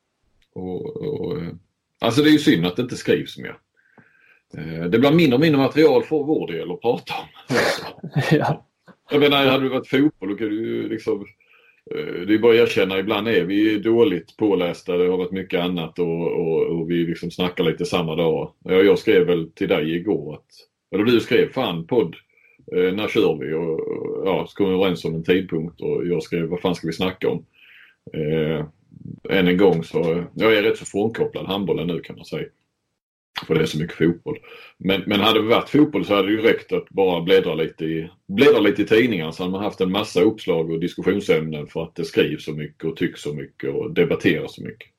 Alltså det är ju synd att det inte skrivs mer. Det blir mindre och mindre material för vår del att prata om. Ja. Jag menar, hade det varit fotboll, då kan du ju liksom... Det är bara att erkänna, ibland är vi dåligt pålästa, det har varit mycket annat och vi liksom snackar lite samma dag. Jag skrev väl till dig igår eller du skrev, fan podd, när kör vi? Och så kom vi överens om en tidpunkt och jag skrev, vad fan ska vi snacka om? Än en gång så, jag är rätt så frånkopplad handbollen nu, kan man säga. För det är så mycket fotboll. Men hade det varit fotboll så hade det ju räckt att bara bläddra lite i tidningarna, så hade man haft en massa uppslag och diskussionsämnen, för att det skrivs så mycket och tycks så mycket och debatteras så mycket.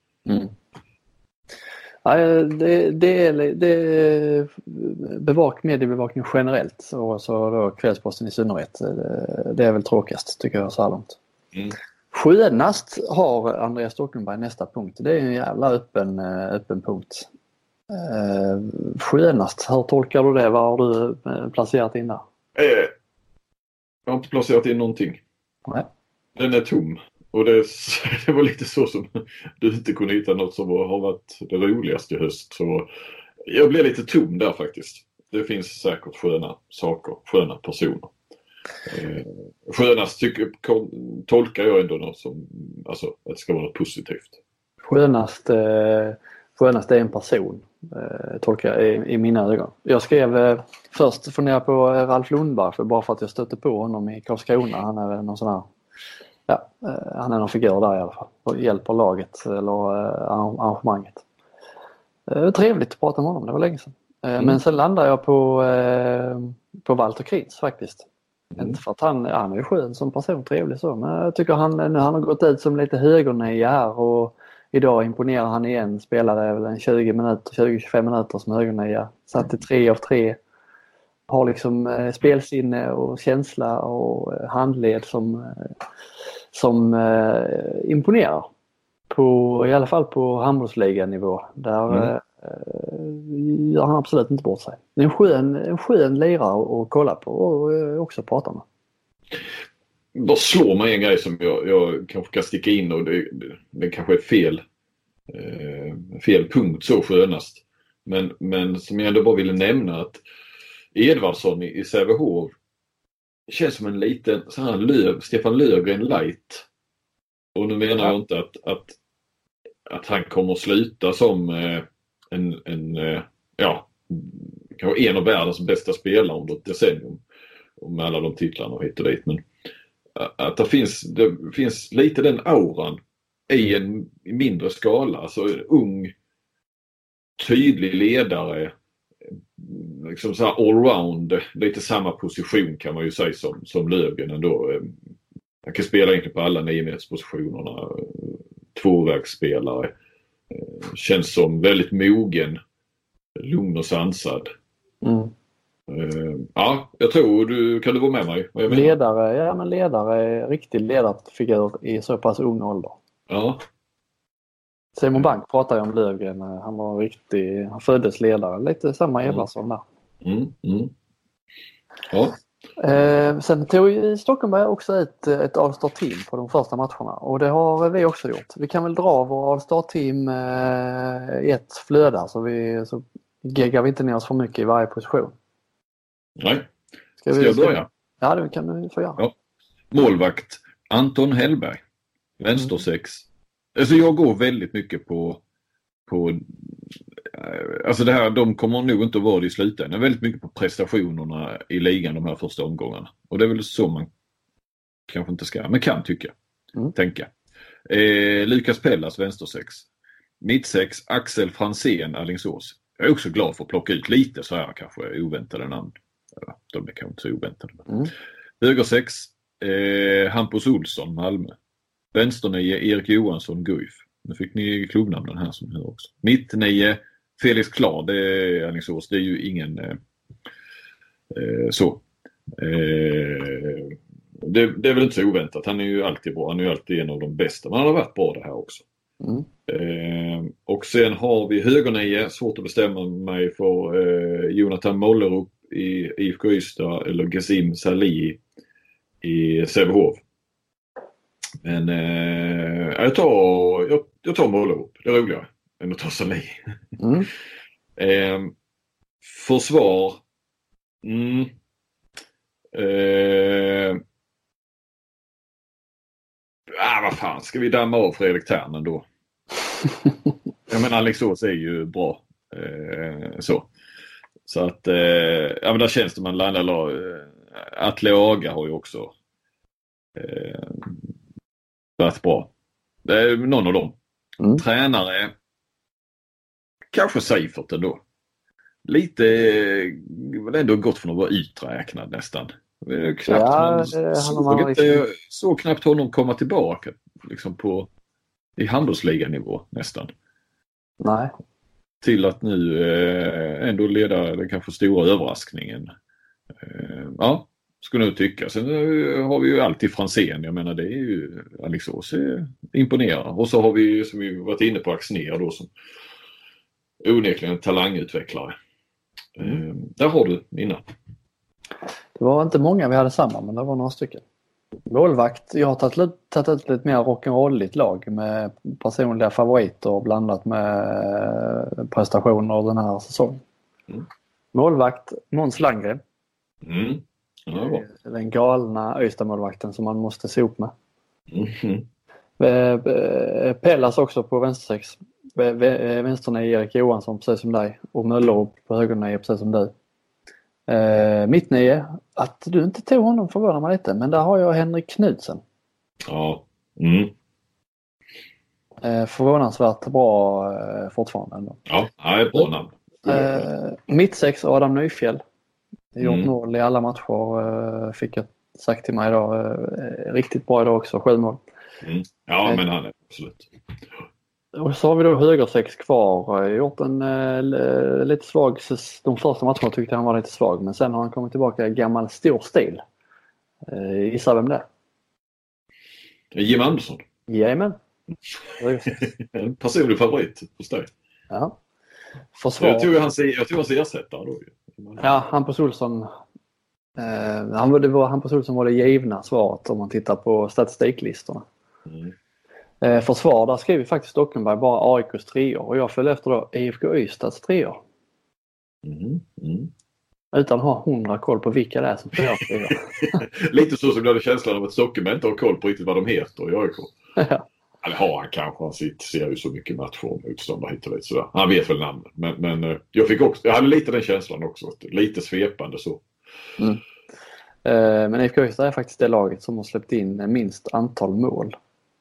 Ja, det är mediebevakning generellt, och så då Kvällsposten i synnerhet. Det är väl tråkigast, tycker jag, så här långt. Skönast har Andreas Stockenberg nästa punkt. Det är en jävla öppen punkt. Skönast, hur tolkar du det? Vad har du placerat in där? Jag har inte placerat in någonting. Nej. Den är tom. Och det var lite så som du inte kunde hitta något som har varit det roligaste i höst. Så jag blev lite tom där faktiskt. Det finns säkert sköna saker, sköna personer. Skönast tolkar jag ändå något som, alltså, att det ska vara något positivt. Skönast är en person, tolkar jag i mina ögon. Jag skrev först fundera på Ralf Lundberg, bara för att jag stötte på honom i Karlskrona. Han är någon sån här, han är någon figur där i alla fall och hjälper laget eller arrangemanget. Trevligt att prata med honom, det var länge sedan. Men sen landar jag på Walter Krins faktiskt. Inte för att han är ju skön som person, trevlig så, men jag tycker han har gått ut som lite högernia här, och idag imponerar han igen. Spelade väl en 20-25 minuter som högernia. Satt i 3 av 3. Har liksom spelsinne och känsla och handled som imponerar. I alla fall på handbollsliganivå. Där gör han absolut inte bort sig. Det är en skön lirare att kolla på och också prata med. Då slår mig en grej som jag kanske kan sticka in, och det kanske är fel punkt så skönast. Men som jag ändå bara ville nämna, att Edvardsson i Sävehof känns som en liten så här Stefan Löfgren light. Och nu menar jag inte att han kommer att sluta som en kanske en av världens bästa spelare under ett decennium. Och med alla de titlarna och hit och dit. Men att det finns lite den auran i en mindre skala. Alltså en ung, tydlig ledare. Liksom så här allround. Lite samma position kan man ju säga som Löfgren ändå. Han kan spela egentligen på alla 9-meterspositionerna. Tvåvägsspelare. Känns som väldigt mogen. Lugn och sansad. Ja, jag tror kan du vara med mig? Vad jag menar? Ledare, riktig ledarfigur i så pass ung ålder. Ja. Simon Bank pratar ju om Löfgren. Han föddes ledare. Lite samma Evarsson där. Ja. Sen tog ju Stockenberg också ett All-Star-team på de första matcherna. Och det har vi också gjort. Vi kan väl dra vår All-Star-team i ett flöde. Så geggar vi inte ner oss för mycket i varje position. Nej. Ska jag börja? Ja, det kan du få göra. Ja. Målvakt Anton Hellberg. Vänstersex. Alltså jag går väldigt mycket på alltså det här, de kommer nog inte att vara det i slutändan. Väldigt mycket på prestationerna i ligan de här första omgångarna. Och det är väl så man kanske inte ska, men kan tänka. Lukas Pellas, vänstersex. Mittsex, Axel Franzén, Alingsås. Jag är också glad för att plocka ut lite så här kanske oväntade namn. Ja, de är kanske inte så oväntade. Högersex, Hampus Olsson, Malmö. Vänsternio, Erik Johansson, Guif. Nu fick ni klubbnamnen här som hör också. Mittnio, Felix Klar, det är Alingsås. Det är ju ingen så. Det är väl inte så oväntat. Han är ju alltid bra. Han är ju alltid en av de bästa. Men han har varit bra det här också. Och sen har vi högernio. Svårt att bestämma mig för Jonathan Mollerup i IFK Ystad eller Gazim Salih i Sävehof. Men jag tar Mollerup. Det är roligare än att ta Salih. Försvar. Vad fan, ska vi damma av Fredrik Tärnen då? Jag menar Alingsås är ju bra. Så att men där känns det man landar Atle Aga har ju också varit bra. Det är någon av dem. Tränare kanske Seifert ändå. Lite väl ändå gått från att vara uträknad nästan. Knappt så knappt honom komma tillbaka liksom i handbollsliganivå nästan. Nej. Till att nu ändå leda den kanske stora överraskningen. Ja, skulle jag tycka. Sen har vi ju alltid Franzén. Jag menar det är ju Alingsås imponerar. Och så har vi som vi varit inne på Axnér då som onekligen en talangutvecklare. Där har du mina. Det var inte många vi hade samma, men det var några stycken. Målvakt, jag har tagit ut lite mer rock'n'rolligt lag med personliga favoriter blandat med prestationer den här säsongen. Målvakt, Måns Landgren. Ja, den galna Ystad-målvakten som man måste se upp med. Pellas också på vänstersex. Vänsterna är Erik Johansson precis som dig. Och Möllerup på högerna är precis som du. Mittnio, att du inte tog honom förvånar mig lite. Men där har jag Henrik Knudsen. Ja. Förvånansvärt bra fortfarande ändå. Ja, det är bra namn. Mittsex Adam Nyfjäll. Gjort mål i alla matcher. Fick jag sagt till mig idag. Riktigt bra idag också, 7 mål. Ja, men han är absolut. Och så har vi då högersex kvar. Gjort en lite svag. De första matcherna tyckte han var lite svag. Men sen har han kommit tillbaka i gammal stor stil. Gissa vem det är? Jim Andersson. Jajamän. En personlig favorit hos dig. Ja. Försvar. Jag tror hans ersättare då. Ja, Hampus Olsson. Hampus Olsson var det givna svaret om man tittar på statistiklistorna. Försvar, där skriver faktiskt Stockenberg bara AIKs 3 år och jag följer efter då IFK Ystads 3 år. Utan att ha 100 koll på vilka det är som kör 3 år. Lite så som du hade känslan av att Stockenberg inte har koll på riktigt vad de heter i AIK. Ja. Eller har han kanske. Han ser ju så mycket matcher om motståndare hit och dit. Sådär. Han vet väl namnet. Men jag hade lite den känslan också. Lite svepande så. Mm. Men IFK Ystad är faktiskt det laget som har släppt in minst antal mål.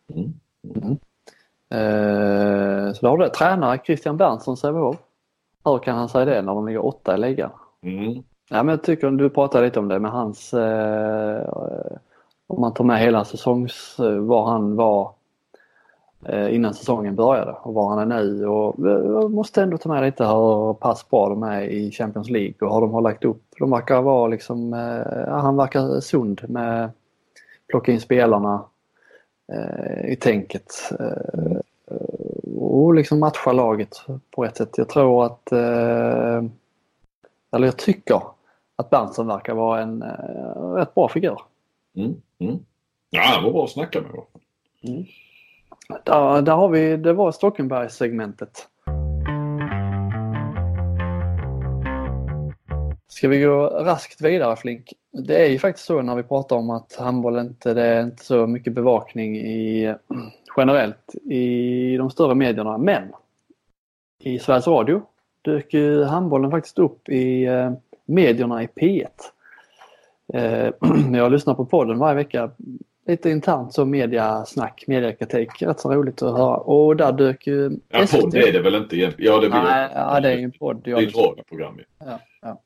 Så då har det tränare Christian Berntsson Sävehof. Hur kan han säga det när de ligger 8 i ligan? Ja, men jag tycker du pratar lite om det med hans om man tar med hela var han var innan säsongen började och var han är nu, och jag måste ändå ta med lite hur pass bra de är i Champions League och har de har lagt upp. De verkar vara liksom, han verkar sund med plocka in spelarna i tänket och liksom matcha laget på ett sätt. Jag tror att eller jag tycker att Berntsson verkar vara en rätt bra figur. Ja, det var bra att snacka med. Där har vi, det var Stockenberg-segmentet. Ska vi gå raskt vidare, Flink? Det är ju faktiskt så när vi pratar om att handboll det är inte så mycket bevakning generellt i de större medierna, men i Sveriges Radio dök ju handbollen faktiskt upp i medierna i P1. Jag lyssnar på podden varje vecka. Lite internt så mediakritik. Rätt så roligt att höra. Och där dök ju... Ja, podd är det väl inte egentligen? Ja, det blir det är ju en podd. Det är ett radioprogram. Ja.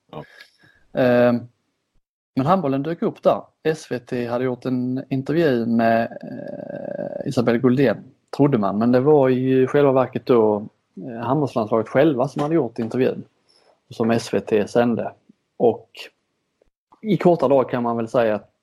Men handbollen dök upp där. SVT hade gjort en intervju med Isabelle Guldén, trodde man. Men det var ju själva verket då handbollslandslaget själva som hade gjort intervjun. Som SVT sände. Och i korta dag kan man väl säga att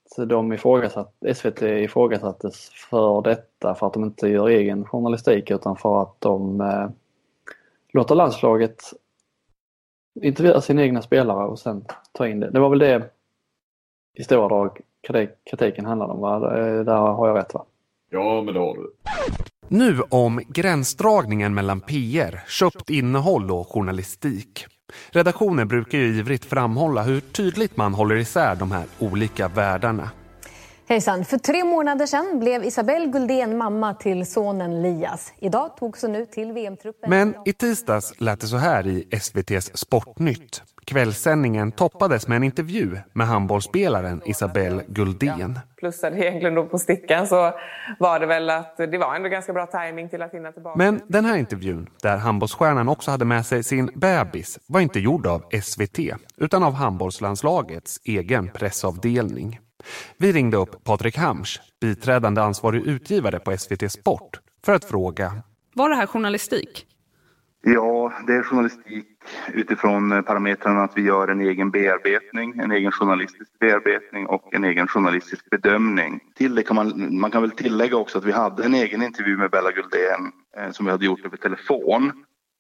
SVT ifrågasattes för detta, för att de inte gör egen journalistik utan för att de låter landslaget intervjua sina egna spelare och sen ta in det. Det var väl det i stora drag kritiken handlade om, va? Där har jag rätt, va? Ja, men det har du. Nu om gränsdragningen mellan PR, köpt innehåll och journalistik. Redaktionen brukar ju ivrigt framhålla hur tydligt man håller isär de här olika världarna. Hejsan, för 3 månader sedan blev Isabelle Guldén mamma till sonen Lias. Idag togs hon ut till VM-truppen. Men i tisdags lät det så här i SVT:s Sportnytt. Kvällssändningen toppades med en intervju med handbollsspelaren Isabelle Guldén. Plussade egentligen då på stickan så var det väl att det var ändå ganska bra timing till att hinna tillbaka. Men den här intervjun, där handbollsstjärnan också hade med sig sin bebis, var inte gjord av SVT utan av handbollslandslagets egen pressavdelning. Vi ringde upp Patrik Hamsch, biträdande ansvarig utgivare på SVT Sport, för att fråga: var det här journalistik? Ja, det är journalistik utifrån parametrarna att vi gör en egen bearbetning, en egen journalistisk bearbetning och en egen journalistisk bedömning. Till det kan man kan väl tillägga också att vi hade en egen intervju med Bella Guldén som vi hade gjort över telefon,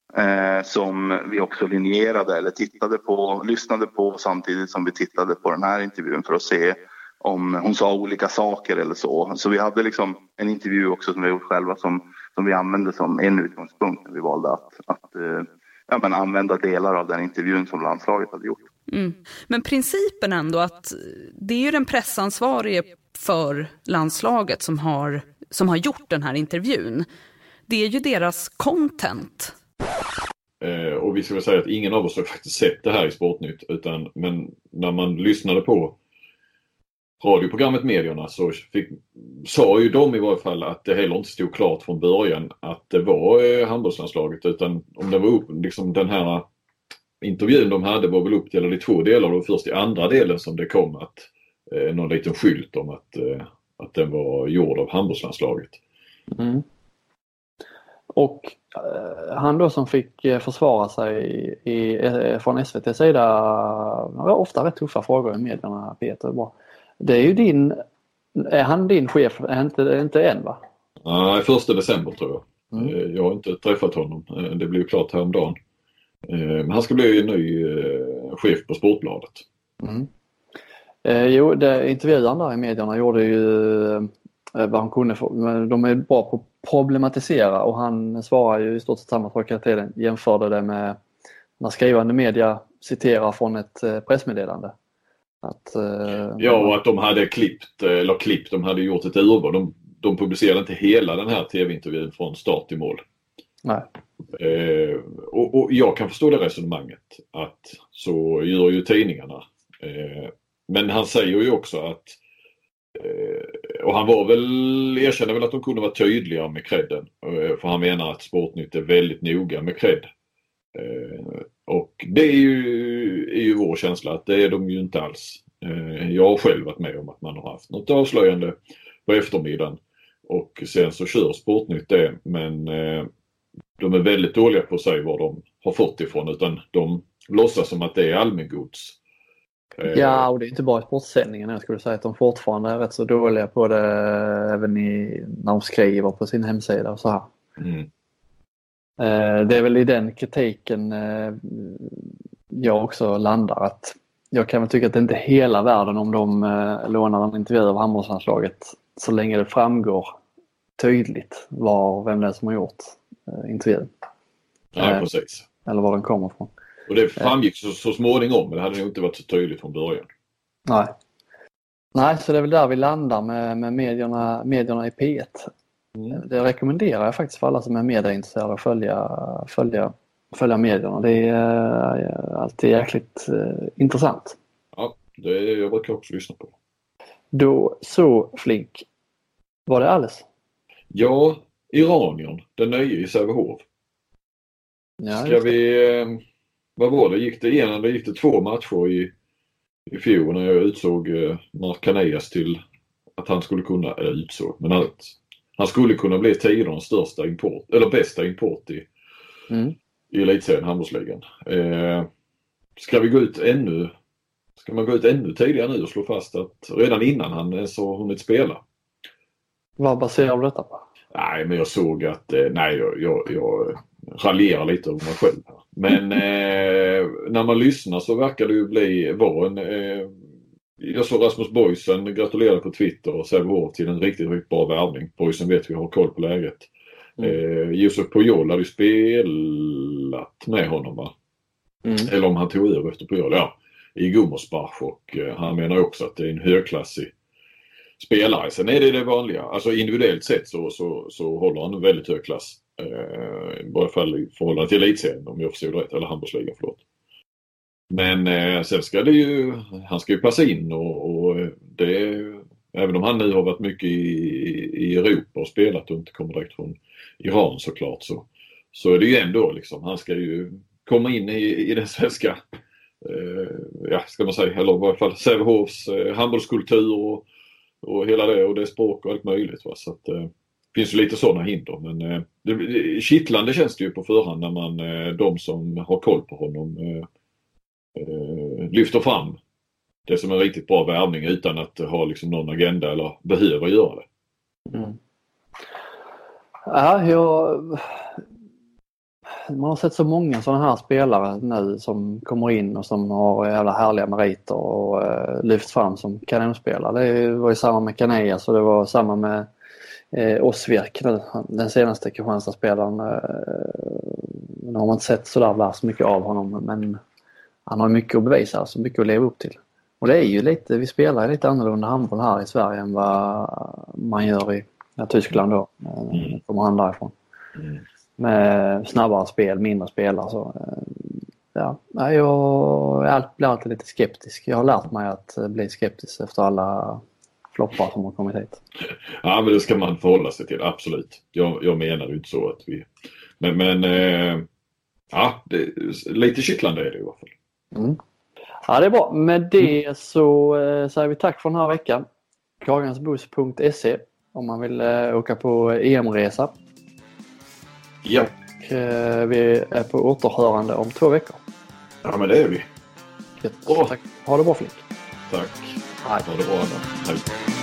som vi också linjerade eller lyssnade på samtidigt som vi tittade på den här intervjun för att se om hon sa olika saker eller så. Så vi hade liksom en intervju också som vi gjort själva som vi använde som en utgångspunkt när vi valde att använda delar av den intervjun som landslaget hade gjort. Men principen ändå att det är ju den pressansvarige för landslaget som har gjort den här intervjun. Det är ju deras content. Och vi ska väl säga att ingen av oss har faktiskt sett det här i Sportnytt, men när man lyssnade på radioprogrammet Medierna så sa ju de i varje fall att det heller inte stod klart från början att det var handbollslandslaget, utan om det var upp, liksom den här intervjun de hade var väl uppdelad i 2 delar, och först i andra delen som det kom att någon liten skylt om att den var gjord av handbollslandslaget. Och han då som fick försvara sig från SVT:s sida, var ofta rätt tuffa frågor i medierna, Peter. Det är ju är han din chef? Inte än, va? Nej, 1 december tror jag. Jag har inte träffat honom. Det blev klart häromdagen. Men han ska bli en ny chef på Sportbladet. Intervjuaren där i medierna gjorde ju vad han kunde. De är bra på att problematisera, och han svarar ju i stort sett samma sak hela tiden. Jämförde det med när skrivande media citerar från ett pressmeddelande. Och att de hade de hade gjort ett urval. de publicerade inte hela den här tv-intervjun från start till mål. Nej. Och jag kan förstå det resonemanget, att så gör ju tidningarna. Men han säger ju också att, och han erkände väl att de kunde vara tydliga med credden, för han menar att Sportnytt är väldigt noga med cred. Och det är ju vår känsla att det är de ju inte alls. Jag har själv varit med om att man har haft något avslöjande på eftermiddagen och sen så kör Sportnytt det, men de är väldigt dåliga på att säga var de har fått ifrån, utan de låtsas som att det är allmängods. Ja, och det är inte bara i sportsändningen. Jag skulle säga att de fortfarande är rätt så dåliga på det även när de skriver på sin hemsida och så här. Det är väl i den kritiken jag också landar, att jag kan väl tycka att det inte är hela världen om de lånar en intervju av handbollslandslaget så länge det framgår tydligt vem det är som har gjort intervjun. Ja, precis. Eller var den kommer från. Och det framgick så småningom, men det hade nog inte varit så tydligt från början. Nej, så det är väl där vi landar med medierna i P1. Det rekommenderar jag faktiskt för alla som är medieintresserade att följa medierna. Det är alltid jäkligt intressant. Ja, jag brukar också lyssna på. Då så, Flink. Var det alles? Ja, Iraniern, den nya i Sävehof. Ja, ska vi... Vad var det? Gick det 2 matcher i fjol när jag utsåg Mark Canellas till att han skulle kunna, men att han skulle kunna bli tidernas största import, eller bästa import i elitserien, handbollsligan. Ska man gå ut ännu tidigare nu och slå fast att redan innan han ens har hunnit spela? Vad baserar du detta på? Nej, men jag såg att, jag raljerar lite över mig själv här. Men när man lyssnar så verkar det ju jag såg Rasmus Boysen gratulerade på Twitter och Sävehof till en riktigt, riktigt bra värvning. Boysen vet vi har koll på läget. Josef Pujol hade ju spelat med honom, va? Eller om han tog över efter Pujol, i Gummersbach, och han menar också att det är en högklassig spelare. Sen är det vanliga. Alltså individuellt sett så håller han en väldigt hög klass. I varje fall i förhållande till elitserien, om jag förstår rätt, eller handbollsligan, förlåt. Men sen ska han ska ju passa in och det, även om han nu har varit mycket i Europa och spelat och inte kommer direkt från Iran såklart, så är det ju ändå liksom, han ska ju komma in i den svenska ska man säga, eller i varje fall Sävehofs handbollskultur och hela det, och det språk och allt möjligt, va? Så att det finns ju lite sådana hinder, men kittlande känns det ju på förhand när man de som har koll på honom lyfter fram det som en riktigt bra värvning utan att ha liksom någon agenda eller behöver göra det. Man har sett så många sådana här spelare nu som kommer in och som har jävla härliga meriter och lyfts fram som kanonspelare. Det var ju samma med Canellas och det var samma med Osvirk, den senaste Kristianstad-spelaren. Nu har man inte sett sådär så mycket av honom, men han har mycket att bevisa, alltså mycket att leva upp till. Och det är ju lite, vi spelar lite annorlunda handboll här i Sverige än vad man gör i Tyskland då, kommer han därifrån. Med snabbare spel, mindre spelare, så jag blir alltid lite skeptisk. Jag har lärt mig att bli skeptisk efter alla floppar som har kommit hit. Ja, men det ska man förhålla sig till, absolut. Jag menar ju inte så att vi... Men lite kittlande är det i alla fall. Ja, det är bra. Med det så säger vi tack för den här veckan. Kagansbuss.se om man vill åka på EM-resa. Ja. Och vi är på återhörande om 2 veckor. Ja, men det är vi. Tack. Ha det bra, Flink. Tack. Ha det bra, Anna. Hej.